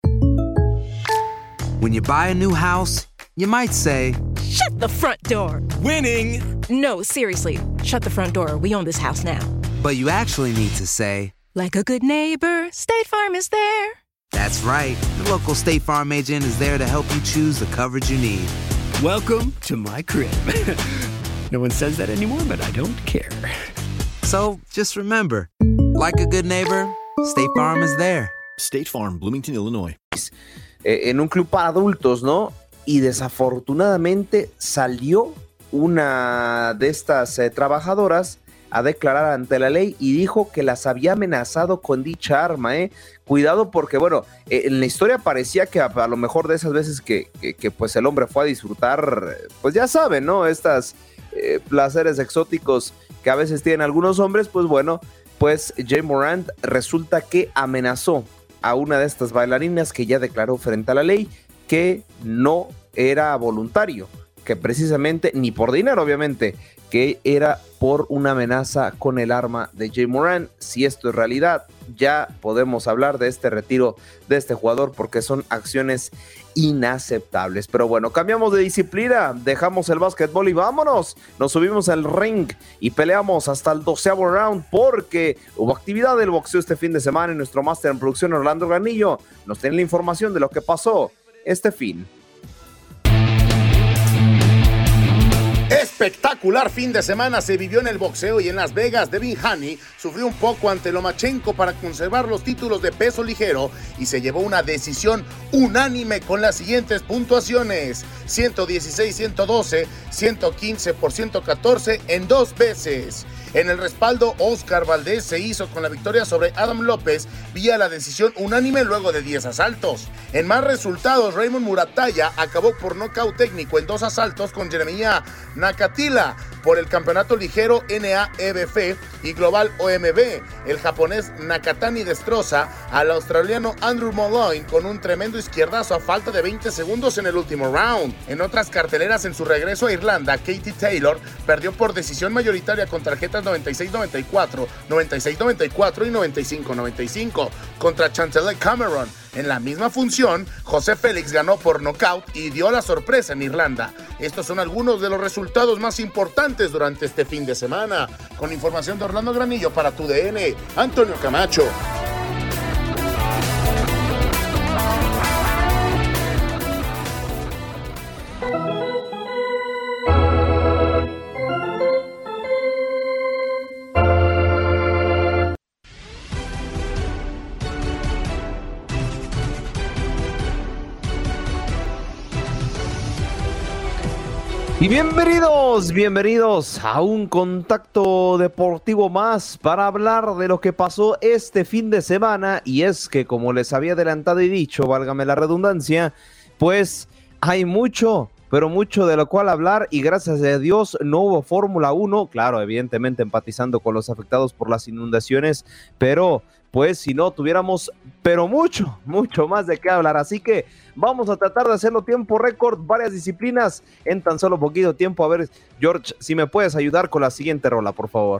When you buy a new house, you might say, "Shut the front door." Winning! No, seriously, shut the front door. We own this house now. But you actually need to say, like a good neighbor, State Farm is there. That's right. The local State Farm agent is there to help you choose the coverage you need. Welcome to my crib. No one says that anymore, but I don't care. So just remember, like a good neighbor, State Farm is there. State Farm, Bloomington, Illinois. Eh, en un club para adultos, ¿no? Y desafortunadamente salió una de estas eh, trabajadoras a declarar ante la ley y dijo que las había amenazado con dicha arma, ¿eh? Cuidado porque, bueno, eh, en la historia parecía que a, a lo mejor de esas veces que, que, que pues el hombre fue a disfrutar, pues ya saben, ¿no? Estas eh, placeres exóticos que a veces tienen algunos hombres, pues bueno, pues Jay Morant resulta que amenazó a una de estas bailarinas que ya declaró frente a la ley que no era voluntario, que precisamente, ni por dinero obviamente, que era por una amenaza con el arma de Jay Morant. Si esto es realidad, ya podemos hablar de este retiro de este jugador porque son acciones inaceptables. Pero bueno, cambiamos de disciplina, dejamos el básquetbol y vámonos, nos subimos al ring y peleamos hasta el doceavo round porque hubo actividad del boxeo este fin de semana y nuestro máster en producción Orlando Granillo nos tiene la información de lo que pasó este fin. Espectacular fin de semana se vivió en el boxeo y en Las Vegas. Devin Haney sufrió un poco ante Lomachenko para conservar los títulos de peso ligero y se llevó una decisión unánime con las siguientes puntuaciones: ciento dieciséis a ciento doce, ciento quince por ciento catorce en dos veces. En el respaldo, Oscar Valdés se hizo con la victoria sobre Adam López vía la decisión unánime luego de diez asaltos. En más resultados, Raymond Muratalla acabó por nocaut técnico en dos asaltos con Jeremiah Nakatila por el campeonato ligero N A E B F y global O M B. El japonés Nakatani destroza al australiano Andrew Molloy con un tremendo izquierdazo a falta de veinte segundos en el último round. En otras carteleras, en su regreso a Irlanda, Katie Taylor perdió por decisión mayoritaria con tarjetas noventa y seis noventa y cuatro, noventa y seis noventa y cuatro y noventa y cinco noventa y cinco contra Chantelle Cameron. En la misma función, José Félix ganó por nocaut y dio la sorpresa en Irlanda. Estos son algunos de los resultados más importantes durante este fin de semana. Con información de Orlando Granillo para tu D N, Antonio Camacho. Y bienvenidos, bienvenidos a un contacto deportivo más para hablar de lo que pasó este fin de semana. Y es que, como les había adelantado y dicho, válgame la redundancia, pues hay mucho pero mucho de lo cual hablar y gracias a Dios no hubo Fórmula uno, claro, evidentemente empatizando con los afectados por las inundaciones, pero pues si no tuviéramos, pero mucho, mucho más de qué hablar, así que vamos a tratar de hacerlo tiempo récord, varias disciplinas en tan solo poquito tiempo. A ver, George, si me puedes ayudar con la siguiente rola, por favor.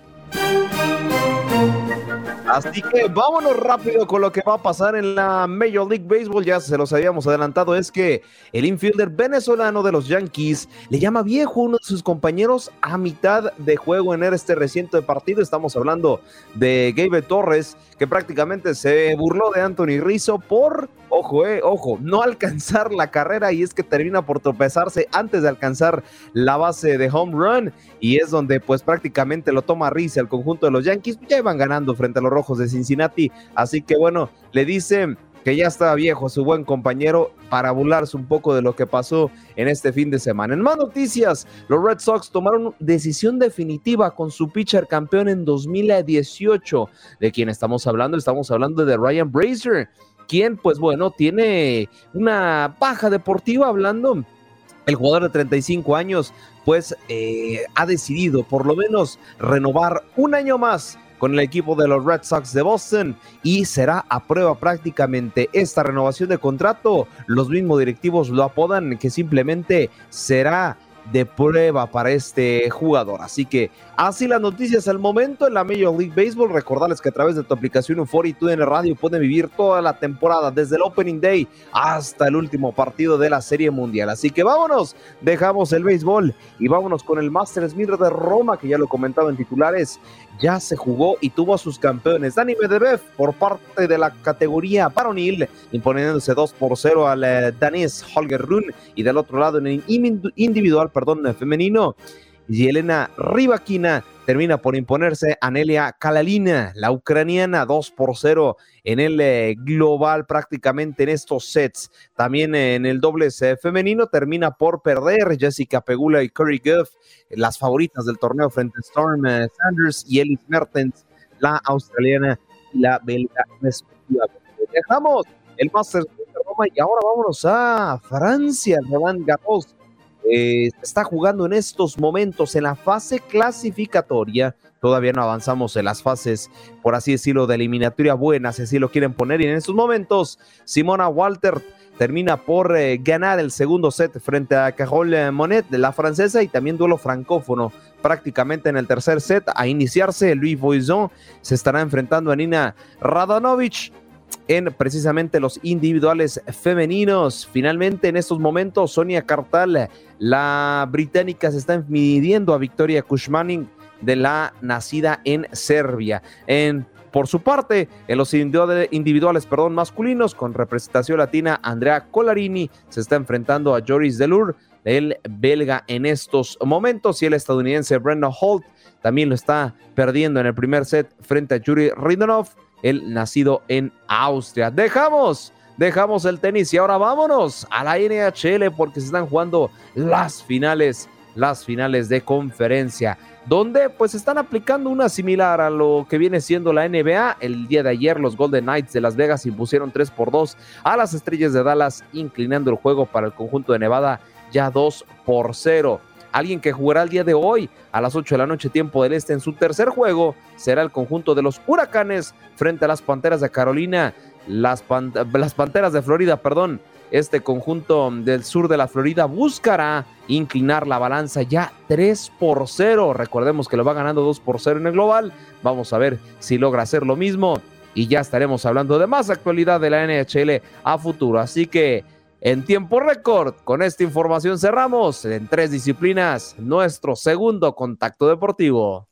Así que vámonos rápido con lo que va a pasar en la Major League Baseball. Ya se los habíamos adelantado, es que el infielder venezolano de los Yankees le llama viejo a uno de sus compañeros a mitad de juego en este reciente partido. Estamos hablando de Gleyber Torres, que prácticamente se burló de Anthony Rizzo por, ojo, eh, ojo, no alcanzar la carrera, y es que termina por tropezarse antes de alcanzar la base de home run, y es donde pues prácticamente lo toma Rizzo al conjunto de los Yankees. Ya iban ganando frente a los Rojos de Cincinnati, así que bueno, le dice que ya estaba viejo su buen compañero para burlarse un poco de lo que pasó en este fin de semana. En más noticias, los Red Sox tomaron decisión definitiva con su pitcher campeón en dos mil dieciocho. ¿De quién estamos hablando? Estamos hablando de Ryan Brasier, quien pues bueno, tiene una baja deportiva. Hablando, el jugador de treinta y cinco años pues eh, ha decidido por lo menos renovar un año más con el equipo de los Red Sox de Boston, y será a prueba prácticamente esta renovación de contrato. Los mismos directivos lo apodan que simplemente será de prueba para este jugador. Así que así las noticias al momento en la Major League Baseball. Recordarles que a través de tu aplicación Euforia y T U D N Radio pueden vivir toda la temporada, desde el Opening Day hasta el último partido de la Serie Mundial. Así que vámonos, dejamos el béisbol y vámonos con el Masters Mirror de Roma, que ya lo comentaba en titulares, ya se jugó y tuvo a sus campeones. Dani Medvedev por parte de la categoría varonil, imponiéndose dos por cero al eh, danés Holger Rune, y del otro lado en el individual, perdón, femenino, Yelena Rybakina termina por imponerse a Nelia Kalalina, la ucraniana, dos por cero en el eh, global prácticamente en estos sets. También eh, en el dobles eh, femenino termina por perder Jessica Pegula y Corey Goff, las favoritas del torneo, frente a Storm eh, Sanders y Elise Mertens, la australiana y la belga respectivamente. Dejamos el Masters de Roma y ahora vámonos a Francia. Roland Garros Eh, se está jugando en estos momentos en la fase clasificatoria. Todavía no avanzamos en las fases, por así decirlo, de eliminatoria buena, si así lo quieren poner. Y en estos momentos, Simona Walter termina por eh, ganar el segundo set frente a Carole Monet, de la francesa, y también duelo francófono prácticamente en el tercer set. A iniciarse, Louis Voisin se estará enfrentando a Nina Radanovic en precisamente los individuales femeninos. Finalmente, en estos momentos, Sonia Kartal, la británica, se está midiendo a Victoria Kuzmanin, de la nacida en Serbia. En, por su parte, en los individuales perdón, masculinos, con representación latina, Andrea Collarini se está enfrentando a Joris Delur, el belga, en estos momentos, y el estadounidense Brendan Holt también lo está perdiendo en el primer set frente a Yuri Ridonov, el nacido en Austria. Dejamos, dejamos el tenis y ahora vámonos a la N H L, porque se están jugando las finales, las finales de conferencia, donde pues están aplicando una similar a lo que viene siendo la N B A. El día de ayer los Golden Knights de Las Vegas impusieron tres por dos a las Estrellas de Dallas, inclinando el juego para el conjunto de Nevada ya dos por cero. Alguien que jugará el día de hoy a las ocho de la noche, tiempo del este, en su tercer juego será el conjunto de los Huracanes frente a las Panteras de Carolina, las, pan, las Panteras de Florida, perdón. Este conjunto del sur de la Florida buscará inclinar la balanza ya tres por cero. Recordemos que lo va ganando dos por cero en el global. Vamos a ver si logra hacer lo mismo, y ya estaremos hablando de más actualidad de la N H L a futuro. Así que en tiempo récord, con esta información cerramos en tres disciplinas nuestro segundo contacto deportivo.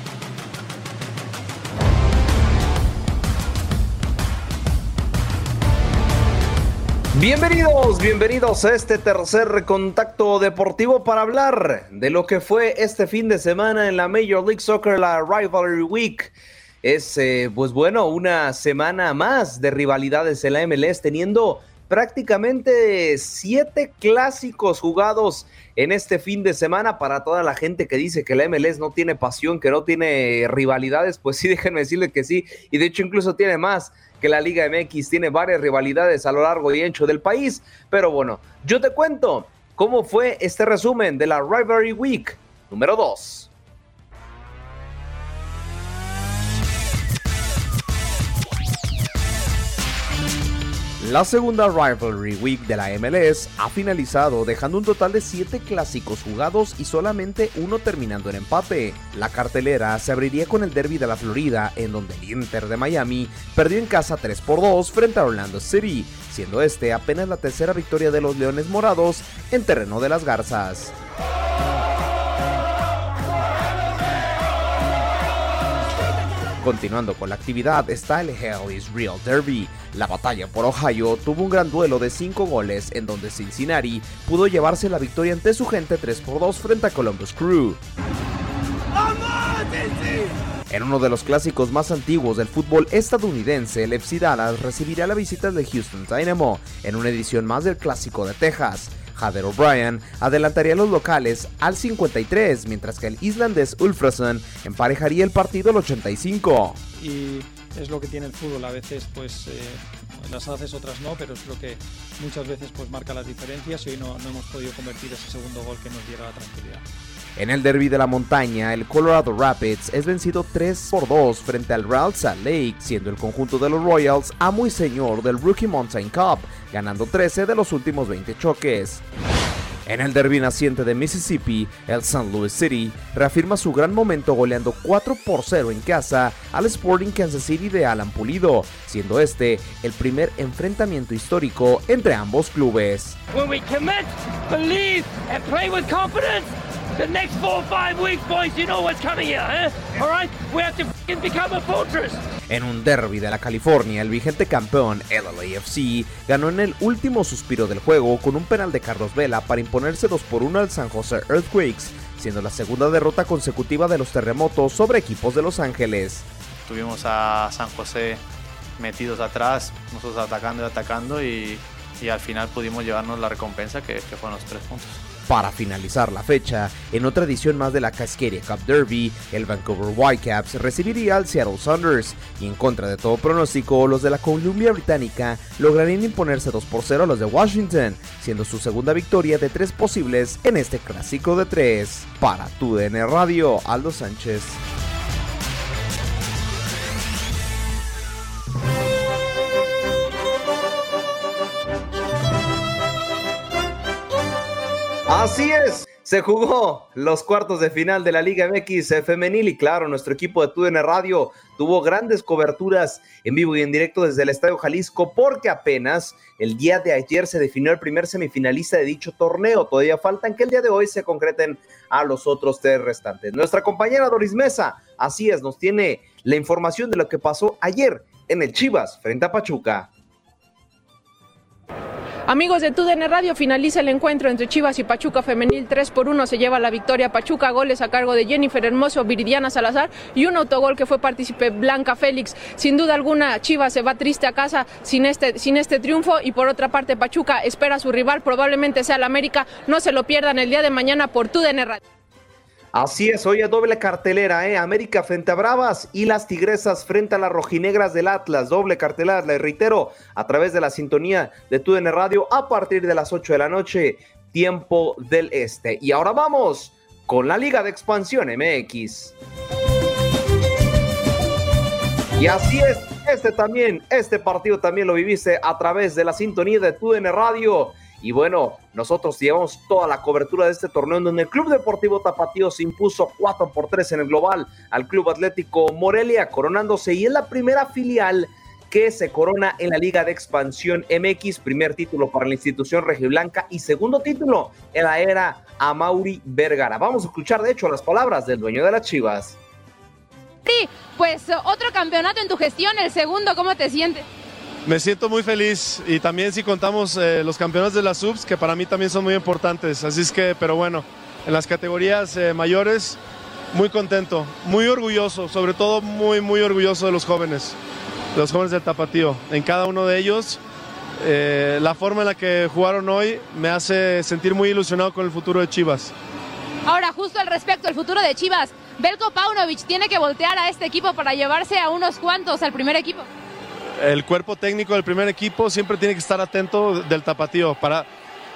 Bienvenidos, bienvenidos a este tercer contacto deportivo para hablar de lo que fue este fin de semana en la Major League Soccer, la Rivalry Week. Es, eh, pues bueno, una semana más de rivalidades en la M L S, teniendo prácticamente siete clásicos jugados en este fin de semana. Para toda la gente que dice que la M L S no tiene pasión, que no tiene rivalidades, pues sí, déjenme decirles que sí, y de hecho incluso tiene más que la Liga M X, tiene varias rivalidades a lo largo y ancho del país. Pero bueno, yo te cuento cómo fue este resumen de la Rivalry Week número dos. La segunda Rivalry Week de la M L S ha finalizado dejando un total de siete clásicos jugados y solamente uno terminando en empate. La cartelera se abriría con el derby de la Florida, en donde el Inter de Miami perdió en casa tres por dos frente a Orlando City, siendo este apenas la tercera victoria de los Leones Morados en terreno de las Garzas. Continuando con la actividad está el Hell is Real Derby. La batalla por Ohio tuvo un gran duelo de cinco goles en donde Cincinnati pudo llevarse la victoria ante su gente tres por dos frente a Columbus Crew. En uno de los clásicos más antiguos del fútbol estadounidense, el F C Dallas recibirá la visita de Houston Dynamo en una edición más del Clásico de Texas. Jader O'Brien adelantaría a los locales al cincuenta y tres, mientras que el islandés Ulfrason emparejaría el partido al ochenta y cinco. Y es lo que tiene el fútbol, a veces pues eh, las haces, otras no, pero es lo que muchas veces pues marca las diferencias y hoy no, no hemos podido convertir ese segundo gol que nos diera la tranquilidad. En el derby de la montaña, el Colorado Rapids es vencido tres por dos frente al Real Salt Lake, siendo el conjunto de los Royals amo y señor del Rookie Mountain Cup, ganando trece de los últimos veinte choques. En el derbi naciente de Mississippi, el Saint Louis City reafirma su gran momento goleando cuatro por cero en casa al Sporting Kansas City de Alan Pulido, siendo este el primer enfrentamiento histórico entre ambos clubes. When we commit, believe and play with confidence, the next four or five weeks, boys, you know what's coming here, eh? All right, we have to f***ing become a fortress. En un derby de la California, el vigente campeón L A F C ganó en el último suspiro del juego con un penal de Carlos Vela para imponerse dos por uno al San Jose Earthquakes, siendo la segunda derrota consecutiva de los terremotos sobre equipos de Los Ángeles. Tuvimos a San José metidos atrás, nosotros atacando y atacando y, y al final pudimos llevarnos la recompensa que, que fueron los tres puntos. Para finalizar la fecha, en otra edición más de la Cascadia Cup Derby, el Vancouver Whitecaps recibiría al Seattle Sounders y en contra de todo pronóstico, los de la Columbia Británica lograrían imponerse dos por cero a los de Washington, siendo su segunda victoria de tres posibles en este clásico de tres. Para tu D N Radio, Aldo Sánchez. Así es, se jugó los cuartos de final de la Liga M X femenil y claro, nuestro equipo de T U D N Radio tuvo grandes coberturas en vivo y en directo desde el Estadio Jalisco porque apenas el día de ayer se definió el primer semifinalista de dicho torneo. Todavía faltan que el día de hoy se concreten a los otros tres restantes. Nuestra compañera Doris Mesa, así es, nos tiene la información de lo que pasó ayer en el Chivas frente a Pachuca. Amigos de T U D N Radio, finaliza el encuentro entre Chivas y Pachuca femenil, tres por uno se lleva la victoria Pachuca, goles a cargo de Jennifer Hermoso, Viridiana Salazar y un autogol que fue partícipe Blanca Félix. Sin duda alguna, Chivas se va triste a casa sin este, sin este triunfo y por otra parte Pachuca espera a su rival, probablemente sea el América, no se lo pierdan el día de mañana por T U D N Radio. Así es, hoy a doble cartelera, ¿eh? América frente a Bravas y las Tigresas frente a las Rojinegras del Atlas, doble cartelera, les reitero, a través de la sintonía de T U D N Radio a partir de las ocho de la noche, tiempo del este. Y ahora vamos con la Liga de Expansión M X. Y así es, este también, este partido también lo viviste a través de la sintonía de T U D N Radio. Y bueno, nosotros llevamos toda la cobertura de este torneo en donde el Club Deportivo Tapatío se impuso cuatro por tres en el global al Club Atlético Morelia, coronándose y es la primera filial que se corona en la Liga de Expansión M X, primer título para la institución rojiblanca y segundo título en la era Amaury Vergara. Vamos a escuchar de hecho las palabras del dueño de las Chivas. Sí, pues otro campeonato en tu gestión, el segundo, ¿cómo te sientes? Me siento muy feliz y también si contamos eh, los campeonatos de las subs, que para mí también son muy importantes, así es que, pero bueno, en las categorías eh, mayores, muy contento, muy orgulloso, sobre todo muy, muy orgulloso de los jóvenes, de los jóvenes del Tapatío, en cada uno de ellos, eh, la forma en la que jugaron hoy me hace sentir muy ilusionado con el futuro de Chivas. Ahora, justo al respecto, el futuro de Chivas, Belko Paunovic tiene que voltear a este equipo para llevarse a unos cuantos al primer equipo. El cuerpo técnico del primer equipo siempre tiene que estar atento del Tapatío para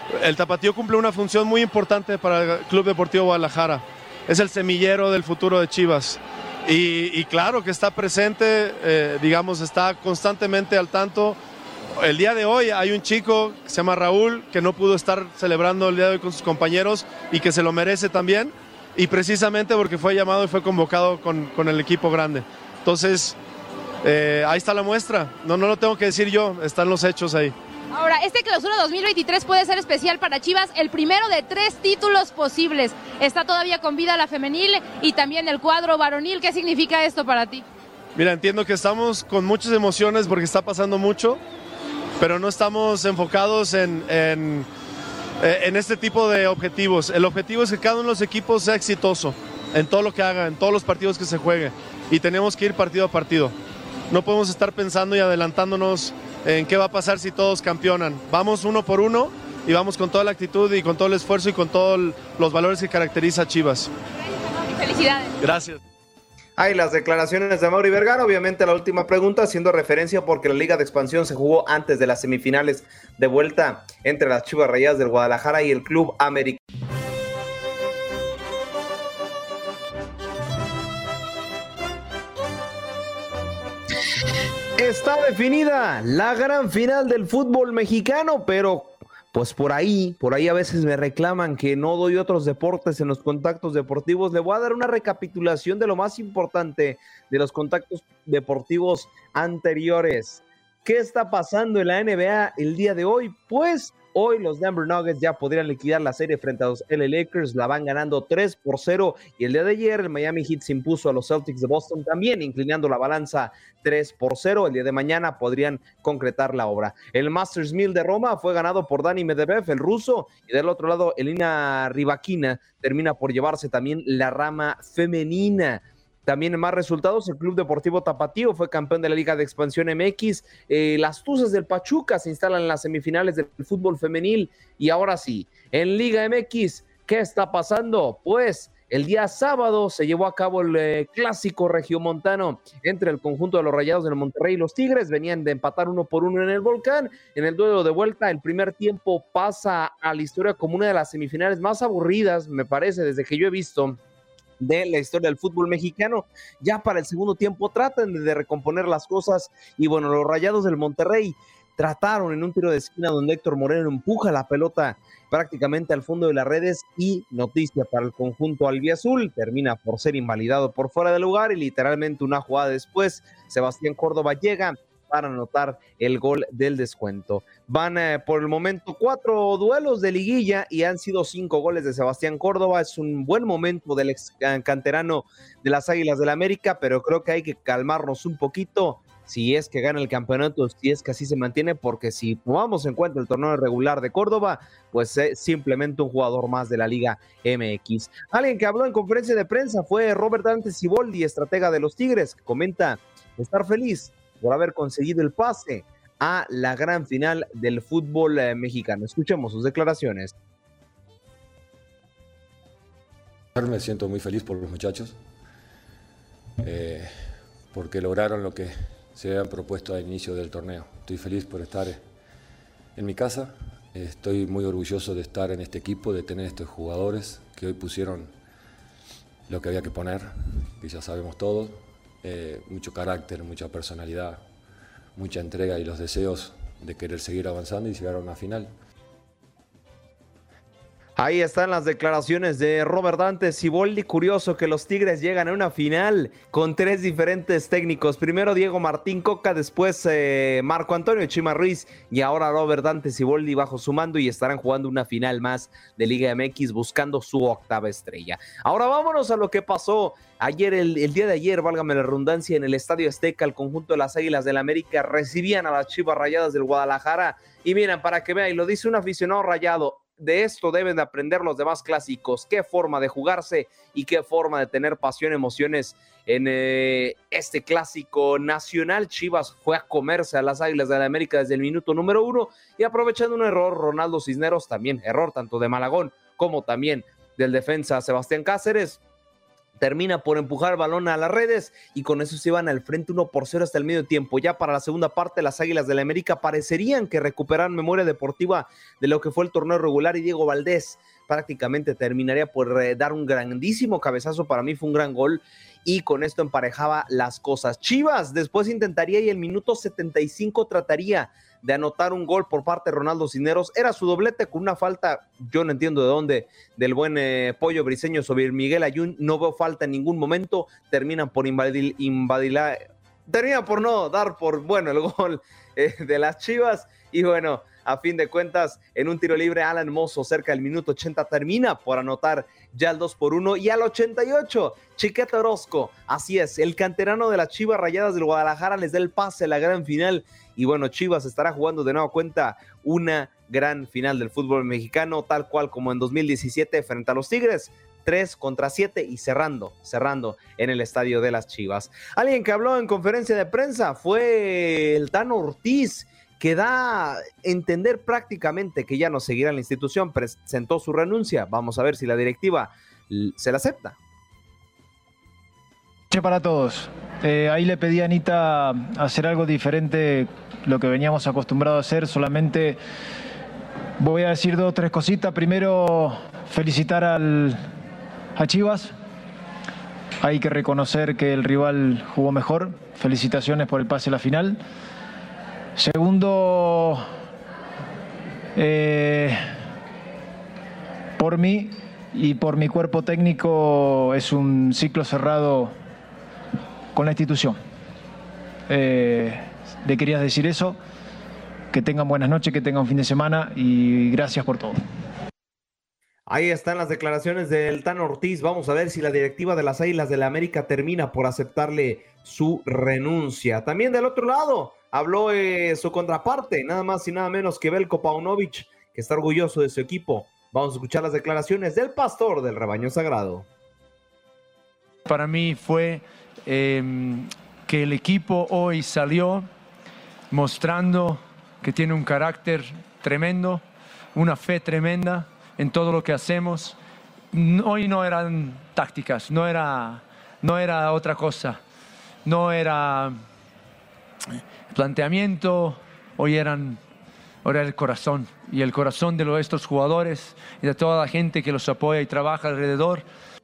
el Tapatío cumple una función muy importante para el Club Deportivo Guadalajara. Es el semillero del futuro de Chivas. Y, y claro que está presente, eh, digamos, está constantemente al tanto. El día de hoy hay un chico que se llama Raúl, que no pudo estar celebrando el día de hoy con sus compañeros y que se lo merece también, y precisamente porque fue llamado y fue convocado con, con el equipo grande. Entonces, eh, ahí está la muestra, no, no lo tengo que decir yo, están los hechos ahí. Ahora, este clausura dos mil veintitrés puede ser especial para Chivas, el primero de tres títulos posibles. Está todavía con vida la femenil y también el cuadro varonil. ¿Qué significa esto para ti? Mira, entiendo que estamos con muchas emociones porque está pasando mucho, pero no estamos enfocados en, en, en este tipo de objetivos. El objetivo es que cada uno de los equipos sea exitoso en todo lo que haga, en todos los partidos que se juegue, y tenemos que ir partido a partido. No podemos estar pensando y adelantándonos en qué va a pasar si todos campeonan. Vamos uno por uno y vamos con toda la actitud y con todo el esfuerzo y con todos los valores que caracteriza a Chivas. Felicidades. Gracias. Hay las declaraciones de Mauri Vergara, obviamente la última pregunta haciendo referencia porque la Liga de Expansión se jugó antes de las semifinales de vuelta entre las Chivas Rayadas del Guadalajara y el Club América. Está definida la gran final del fútbol mexicano, pero pues por ahí, por ahí a veces me reclaman que no doy otros deportes en los contactos deportivos. Le voy a dar una recapitulación de lo más importante de los contactos deportivos anteriores. ¿Qué está pasando en la N B A el día de hoy? Pues hoy los Denver Nuggets ya podrían liquidar la serie frente a los L A Lakers, la van ganando tres por cero, y el día de ayer el Miami Heat se impuso a los Celtics de Boston también, inclinando la balanza tres por cero. El día de mañana podrían concretar la obra. El Masters mil de Roma fue ganado por Dani Medvedev, el ruso, y del otro lado Elina Rybakina termina por llevarse también la rama femenina. También en más resultados, el Club Deportivo Tapatío fue campeón de la Liga de Expansión M X. Eh, las Tuzas del Pachuca se instalan en las semifinales del fútbol femenil. Y ahora sí, en Liga M X, ¿qué está pasando? Pues el día sábado se llevó a cabo el eh, clásico regiomontano entre el conjunto de los Rayados del Monterrey y los Tigres. Venían de empatar uno por uno en el Volcán. En el duelo de vuelta, el primer tiempo pasa a la historia como una de las semifinales más aburridas, me parece, desde que yo he visto de la historia del fútbol mexicano. Ya para el segundo tiempo tratan de recomponer las cosas y bueno, los Rayados del Monterrey trataron en un tiro de esquina donde Héctor Moreno empuja la pelota prácticamente al fondo de las redes y noticia para el conjunto albiazul, termina por ser invalidado por fuera de lugar y literalmente una jugada después Sebastián Córdoba llega para anotar el gol del descuento. Van eh, por el momento cuatro duelos de liguilla y han sido cinco goles de Sebastián Córdoba. Es un buen momento del ex canterano de las Águilas del América, pero creo que hay que calmarnos un poquito si es que gana el campeonato, si es que así se mantiene, porque si tomamos en cuenta el torneo regular de Córdoba, pues es simplemente un jugador más de la Liga M X. Alguien que habló en conferencia de prensa fue Robert Dante Siboldi, estratega de los Tigres, que comenta estar feliz por haber conseguido el pase a la gran final del fútbol eh, mexicano. Escuchemos sus declaraciones. Me siento muy feliz por los muchachos, eh, porque lograron lo que se habían propuesto al inicio del torneo. Estoy feliz por estar en mi casa, estoy muy orgulloso de estar en este equipo, de tener estos jugadores que hoy pusieron lo que había que poner, que ya sabemos todos. Eh, mucho carácter, mucha personalidad, mucha entrega y los deseos de querer seguir avanzando y llegar a una final. Ahí están las declaraciones de Robert Dante Siboldi. Curioso que los Tigres llegan a una final con tres diferentes técnicos. Primero Diego Martín Coca, después eh, Marco Antonio Chima Ruiz y ahora Robert Dante Siboldi bajo su mando y estarán jugando una final más de Liga M X buscando su octava estrella. Ahora vámonos a lo que pasó ayer, el, el día de ayer, válgame la redundancia, en el Estadio Azteca. El conjunto de las Águilas del América recibían a las Chivas Rayadas del Guadalajara y miren, para que vean, y lo dice un aficionado rayado, de esto deben de aprender los demás clásicos, qué forma de jugarse y qué forma de tener pasión, emociones en eh, este clásico nacional. Chivas fue a comerse a las Águilas de la América desde el minuto número uno y aprovechando un error, Ronaldo Cisneros, también error tanto de Malagón como también del defensa Sebastián Cáceres, termina por empujar el balón a las redes y con eso se iban al frente uno por cero hasta el medio tiempo. Ya para la segunda parte, las Águilas del América parecerían que recuperaran memoria deportiva de lo que fue el torneo regular y Diego Valdés prácticamente terminaría por eh, dar un grandísimo cabezazo. Para mí fue un gran gol y con esto emparejaba las cosas. Chivas después intentaría y el minuto setenta y cinco trataría de anotar un gol por parte de Ronaldo Cisneros. Era su doblete con una falta, yo no entiendo de dónde, del buen eh, Pollo Briseño sobre Miguel Ayun. No veo falta en ningún momento. Terminan por invadir, invadir terminan por no dar por bueno el gol eh, de las Chivas. Y bueno, a fin de cuentas, en un tiro libre, Alan Mozo, cerca del minuto ochenta, termina por anotar ya el dos por uno. Y al ochenta y ocho, Chiquete Orozco, así es, el canterano de las Chivas Rayadas del Guadalajara, les da el pase a la gran final. Y bueno, Chivas estará jugando de nueva cuenta una gran final del fútbol mexicano, tal cual como en dos mil diecisiete frente a los Tigres, tres contra siete y cerrando, cerrando en el estadio de las Chivas. Alguien que habló en conferencia de prensa fue el Tano Ortiz, que da a entender prácticamente que ya no seguirá en la institución, presentó su renuncia. Vamos a ver si la directiva se la acepta. Para todos. Eh, ahí le pedí a Anita hacer algo diferente, lo que veníamos acostumbrados a hacer. Solamente voy a decir dos o tres cositas. Primero, felicitar al, a Chivas. Hay que reconocer que el rival jugó mejor. Felicitaciones por el pase a la final. Segundo, eh, por mí y por mi cuerpo técnico es un ciclo cerrado con la institución. Eh, le querías decir eso, que tengan buenas noches, que tengan un fin de semana y gracias por todo. Ahí están las declaraciones del Tano Ortiz. Vamos a ver si la directiva de las Águilas del América termina por aceptarle su renuncia. También del otro lado habló eh, su contraparte, nada más y nada menos que Veljko Paunovic, que está orgulloso de su equipo. Vamos a escuchar las declaraciones del pastor del rebaño sagrado. Para mí fue eh, que el equipo hoy salió mostrando que tiene un carácter tremendo, una fe tremenda en todo lo que hacemos. Hoy no eran tácticas, no era, no era otra cosa, no era planteamiento, hoy eran, hoy era el corazón, y el corazón de los, estos jugadores y de toda la gente que los apoya y trabaja alrededor.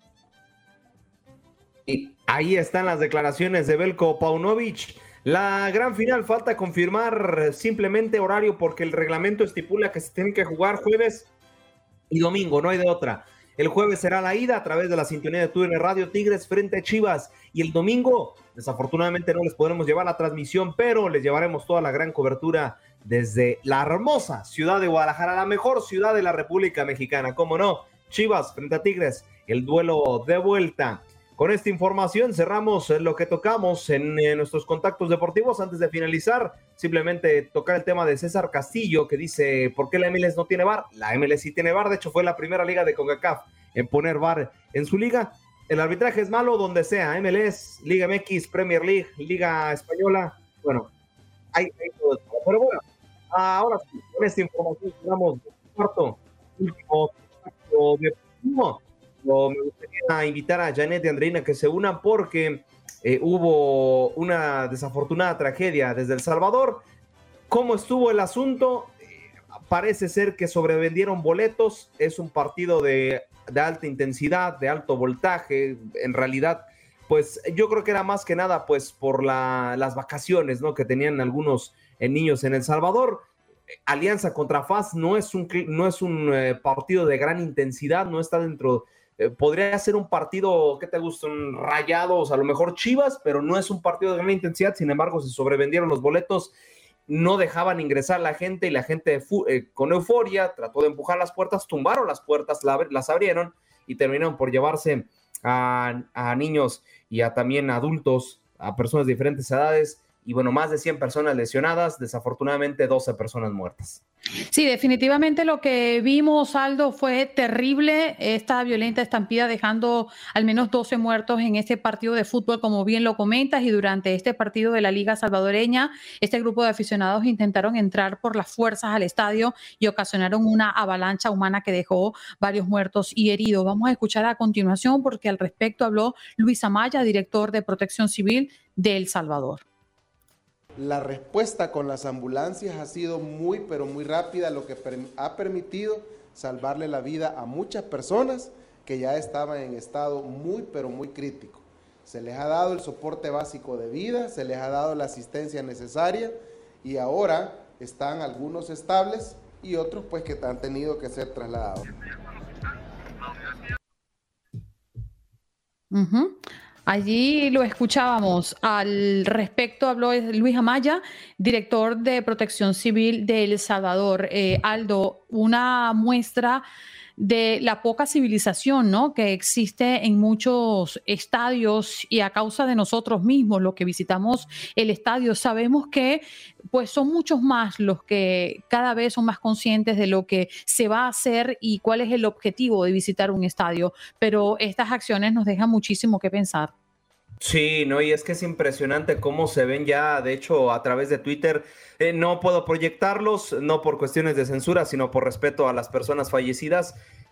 Y ahí están las declaraciones de Veljko Paunovic. La gran final falta confirmar simplemente horario porque el reglamento estipula que se tienen que jugar jueves y domingo, no hay de otra. El jueves será la ida a través de la sintonía de T U D N Radio, Tigres frente a Chivas, y el domingo desafortunadamente no les podremos llevar la transmisión, pero les llevaremos toda la gran cobertura desde la hermosa ciudad de Guadalajara, la mejor ciudad de la República Mexicana, cómo no, Chivas frente a Tigres, el duelo de vuelta. Con esta información cerramos lo que tocamos en, en nuestros contactos deportivos. Antes de finalizar, simplemente tocar el tema de César Castillo, que dice, ¿por qué la M L S no tiene V A R? La M L S sí tiene V A R, de hecho fue la primera liga de CONCACAF en poner V A R en su liga. El arbitraje es malo donde sea, M L S, Liga M X, Premier League, Liga Española, bueno, hay, hay todo. Pero bueno, ahora sí, con esta información llegamos al cuarto, último contacto deportivo. Me gustaría invitar a Janet y Andreina que se unan porque eh, hubo una desafortunada tragedia desde El Salvador. ¿Cómo estuvo el asunto? Eh, parece ser que sobrevendieron boletos. Es un partido de, de alta intensidad, de alto voltaje. En realidad, pues yo creo que era más que nada pues por la, las vacaciones, ¿no?, que tenían algunos eh, niños en El Salvador. Alianza contra F A S no es un, no es un eh, partido de gran intensidad, no está dentro... Eh, podría ser un partido, ¿qué te gusta? Un Rayados, a lo mejor Chivas, pero no es un partido de gran intensidad. Sin embargo, se sobrevendieron los boletos, no dejaban ingresar a la gente y la gente eh, con euforia trató de empujar las puertas, tumbaron las puertas, la, las abrieron y terminaron por llevarse a, a niños y a también adultos, a personas de diferentes edades, y bueno, más de cien personas lesionadas, desafortunadamente doce personas muertas. Sí, definitivamente lo que vimos, Aldo, fue terrible, esta violenta estampida dejando al menos doce muertos en este partido de fútbol, como bien lo comentas, y durante este partido de la Liga Salvadoreña, este grupo de aficionados intentaron entrar por las fuerzas al estadio y ocasionaron una avalancha humana que dejó varios muertos y heridos. Vamos a escuchar a continuación porque al respecto habló Luis Amaya, director de Protección Civil de El Salvador. La respuesta con las ambulancias ha sido muy, pero muy rápida, lo que per- ha permitido salvarle la vida a muchas personas que ya estaban en estado muy, pero muy crítico. Se les ha dado el soporte básico de vida, se les ha dado la asistencia necesaria y ahora están algunos estables y otros pues que han tenido que ser trasladados. Uh-huh. Allí lo escuchábamos. Al respecto habló Luis Amaya, director de Protección Civil de El Salvador. Eh, Aldo, una muestra de la poca civilización, ¿no?, que existe en muchos estadios y a causa de nosotros mismos, los que visitamos el estadio, sabemos que pues son muchos más los que cada vez son más conscientes de lo que se va a hacer y cuál es el objetivo de visitar un estadio, pero estas acciones nos dejan muchísimo que pensar. Sí, no, y es que es impresionante cómo se ven ya, de hecho, a través de Twitter. Eh, no puedo proyectarlos, no por cuestiones de censura, sino por respeto a las personas fallecidas.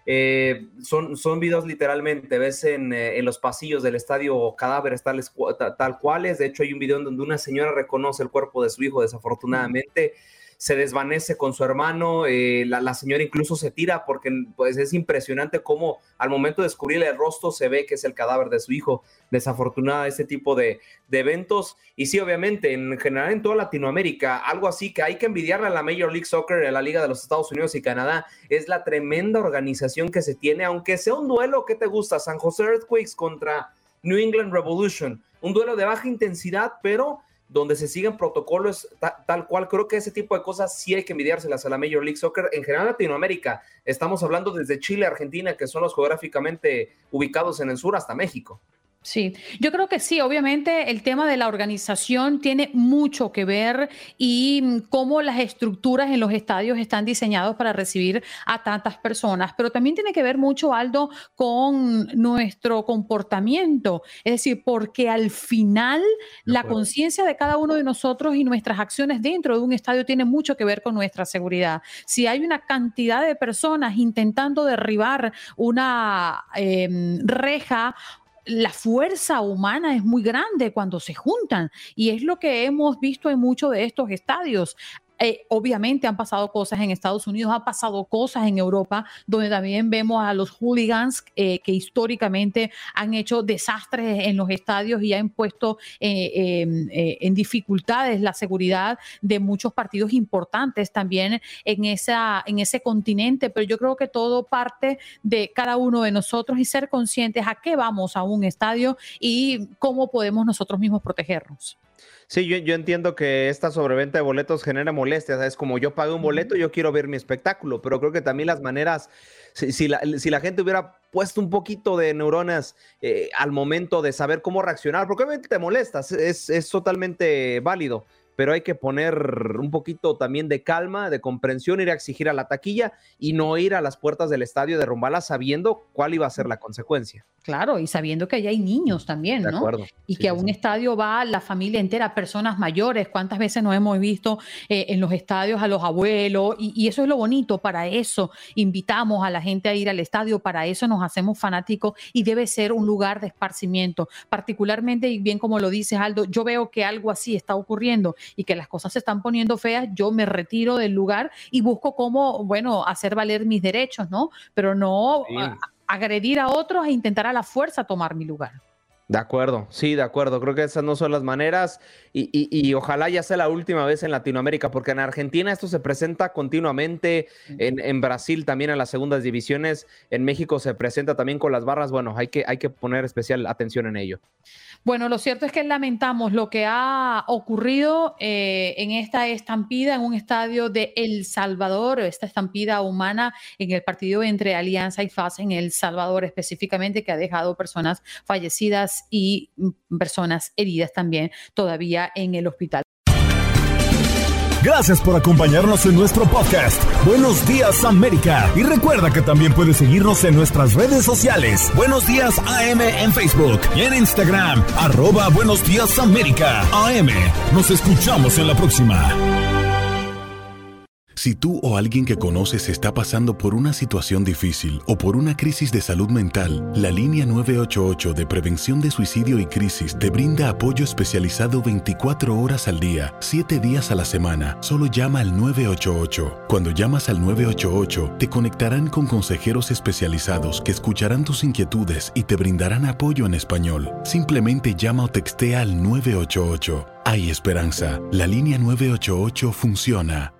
Eh, son, son videos literalmente, ves en, eh, en los pasillos del estadio cadáveres tales, tal cuales. De hecho, hay un video en donde una señora reconoce el cuerpo de su hijo, desafortunadamente. Se desvanece con su hermano, eh, la, la señora incluso se tira porque pues, es impresionante cómo al momento de descubrir el rostro se ve que es el cadáver de su hijo. Desafortunada este tipo de, de eventos. Y sí, obviamente, en general en toda Latinoamérica, algo así que hay que envidiarle a la Major League Soccer, a la Liga de los Estados Unidos y Canadá, es la tremenda organización que se tiene, aunque sea un duelo, ¿qué te gusta? San Jose Earthquakes contra New England Revolution, un duelo de baja intensidad, pero donde se siguen protocolos ta, tal cual. Creo que ese tipo de cosas sí hay que envidiárselas a la Major League Soccer. En general Latinoamérica, estamos hablando desde Chile, Argentina, que son los geográficamente ubicados en el sur, hasta México. Sí, yo creo que sí, obviamente el tema de la organización tiene mucho que ver y cómo las estructuras en los estadios están diseñados para recibir a tantas personas, pero también tiene que ver mucho, Aldo, con nuestro comportamiento, es decir, porque al final la conciencia de cada uno de nosotros y nuestras acciones dentro de un estadio tiene mucho que ver con nuestra seguridad. Si hay una cantidad de personas intentando derribar una eh, reja, la fuerza humana es muy grande cuando se juntan y es lo que hemos visto en muchos de estos estadios. Eh, obviamente han pasado cosas en Estados Unidos, han pasado cosas en Europa, donde también vemos a los hooligans eh, que históricamente han hecho desastres en los estadios y han puesto eh, eh, eh, en dificultades la seguridad de muchos partidos importantes también en, esa, en ese continente. Pero yo creo que todo parte de cada uno de nosotros y ser conscientes a qué vamos a un estadio y cómo podemos nosotros mismos protegernos. Sí, yo, yo entiendo que esta sobreventa de boletos genera molestias, es como yo pagué un boleto, yo quiero ver mi espectáculo, pero creo que también las maneras, si, si, la, si la gente hubiera puesto un poquito de neuronas eh, al momento de saber cómo reaccionar, porque obviamente te molestas, es, es totalmente válido, pero hay que poner un poquito también de calma, de comprensión, ir a exigir a la taquilla y no ir a las puertas del estadio, derrumbarla sabiendo cuál iba a ser la consecuencia. Claro, y sabiendo que allá hay niños también, ¿no? De acuerdo. Y sí, que a un sí. estadio va la familia entera, personas mayores. ¿Cuántas veces nos hemos visto eh, en los estadios a los abuelos? Y, y eso es lo bonito, para eso invitamos a la gente a ir al estadio, para eso nos hacemos fanáticos y debe ser un lugar de esparcimiento. Particularmente, y bien como lo dices, Aldo, yo veo que algo así está ocurriendo y que las cosas se están poniendo feas, yo me retiro del lugar y busco cómo, bueno, hacer valer mis derechos, ¿no? Pero no sí. a, agredir a otros e intentar a la fuerza tomar mi lugar. De acuerdo, sí, de acuerdo. Creo que esas no son las maneras y, y, y ojalá ya sea la última vez en Latinoamérica, porque en Argentina esto se presenta continuamente, en, en Brasil también en las segundas divisiones, en México se presenta también con las barras. Bueno, hay que, hay que poner especial atención en ello. Bueno, lo cierto es que lamentamos lo que ha ocurrido eh, en esta estampida en un estadio de El Salvador, esta estampida humana en el partido entre Alianza y F A S en El Salvador específicamente, que ha dejado personas fallecidas y personas heridas también todavía en el hospital. Gracias por acompañarnos en nuestro podcast. Buenos Días América. Y recuerda que también puedes seguirnos en nuestras redes sociales. Buenos Días A M en Facebook y en Instagram. Arroba Buenos Días América A M. Nos escuchamos en la próxima. Si tú o alguien que conoces está pasando por una situación difícil o por una crisis de salud mental, la línea nueve ocho ocho de prevención de suicidio y crisis te brinda apoyo especializado veinticuatro horas al día, siete días a la semana. Solo llama al nueve ocho ocho. Cuando llamas al nueve ocho ocho, te conectarán con consejeros especializados que escucharán tus inquietudes y te brindarán apoyo en español. Simplemente llama o textea al nueve ocho ocho. Hay esperanza. La línea nueve ocho ocho funciona.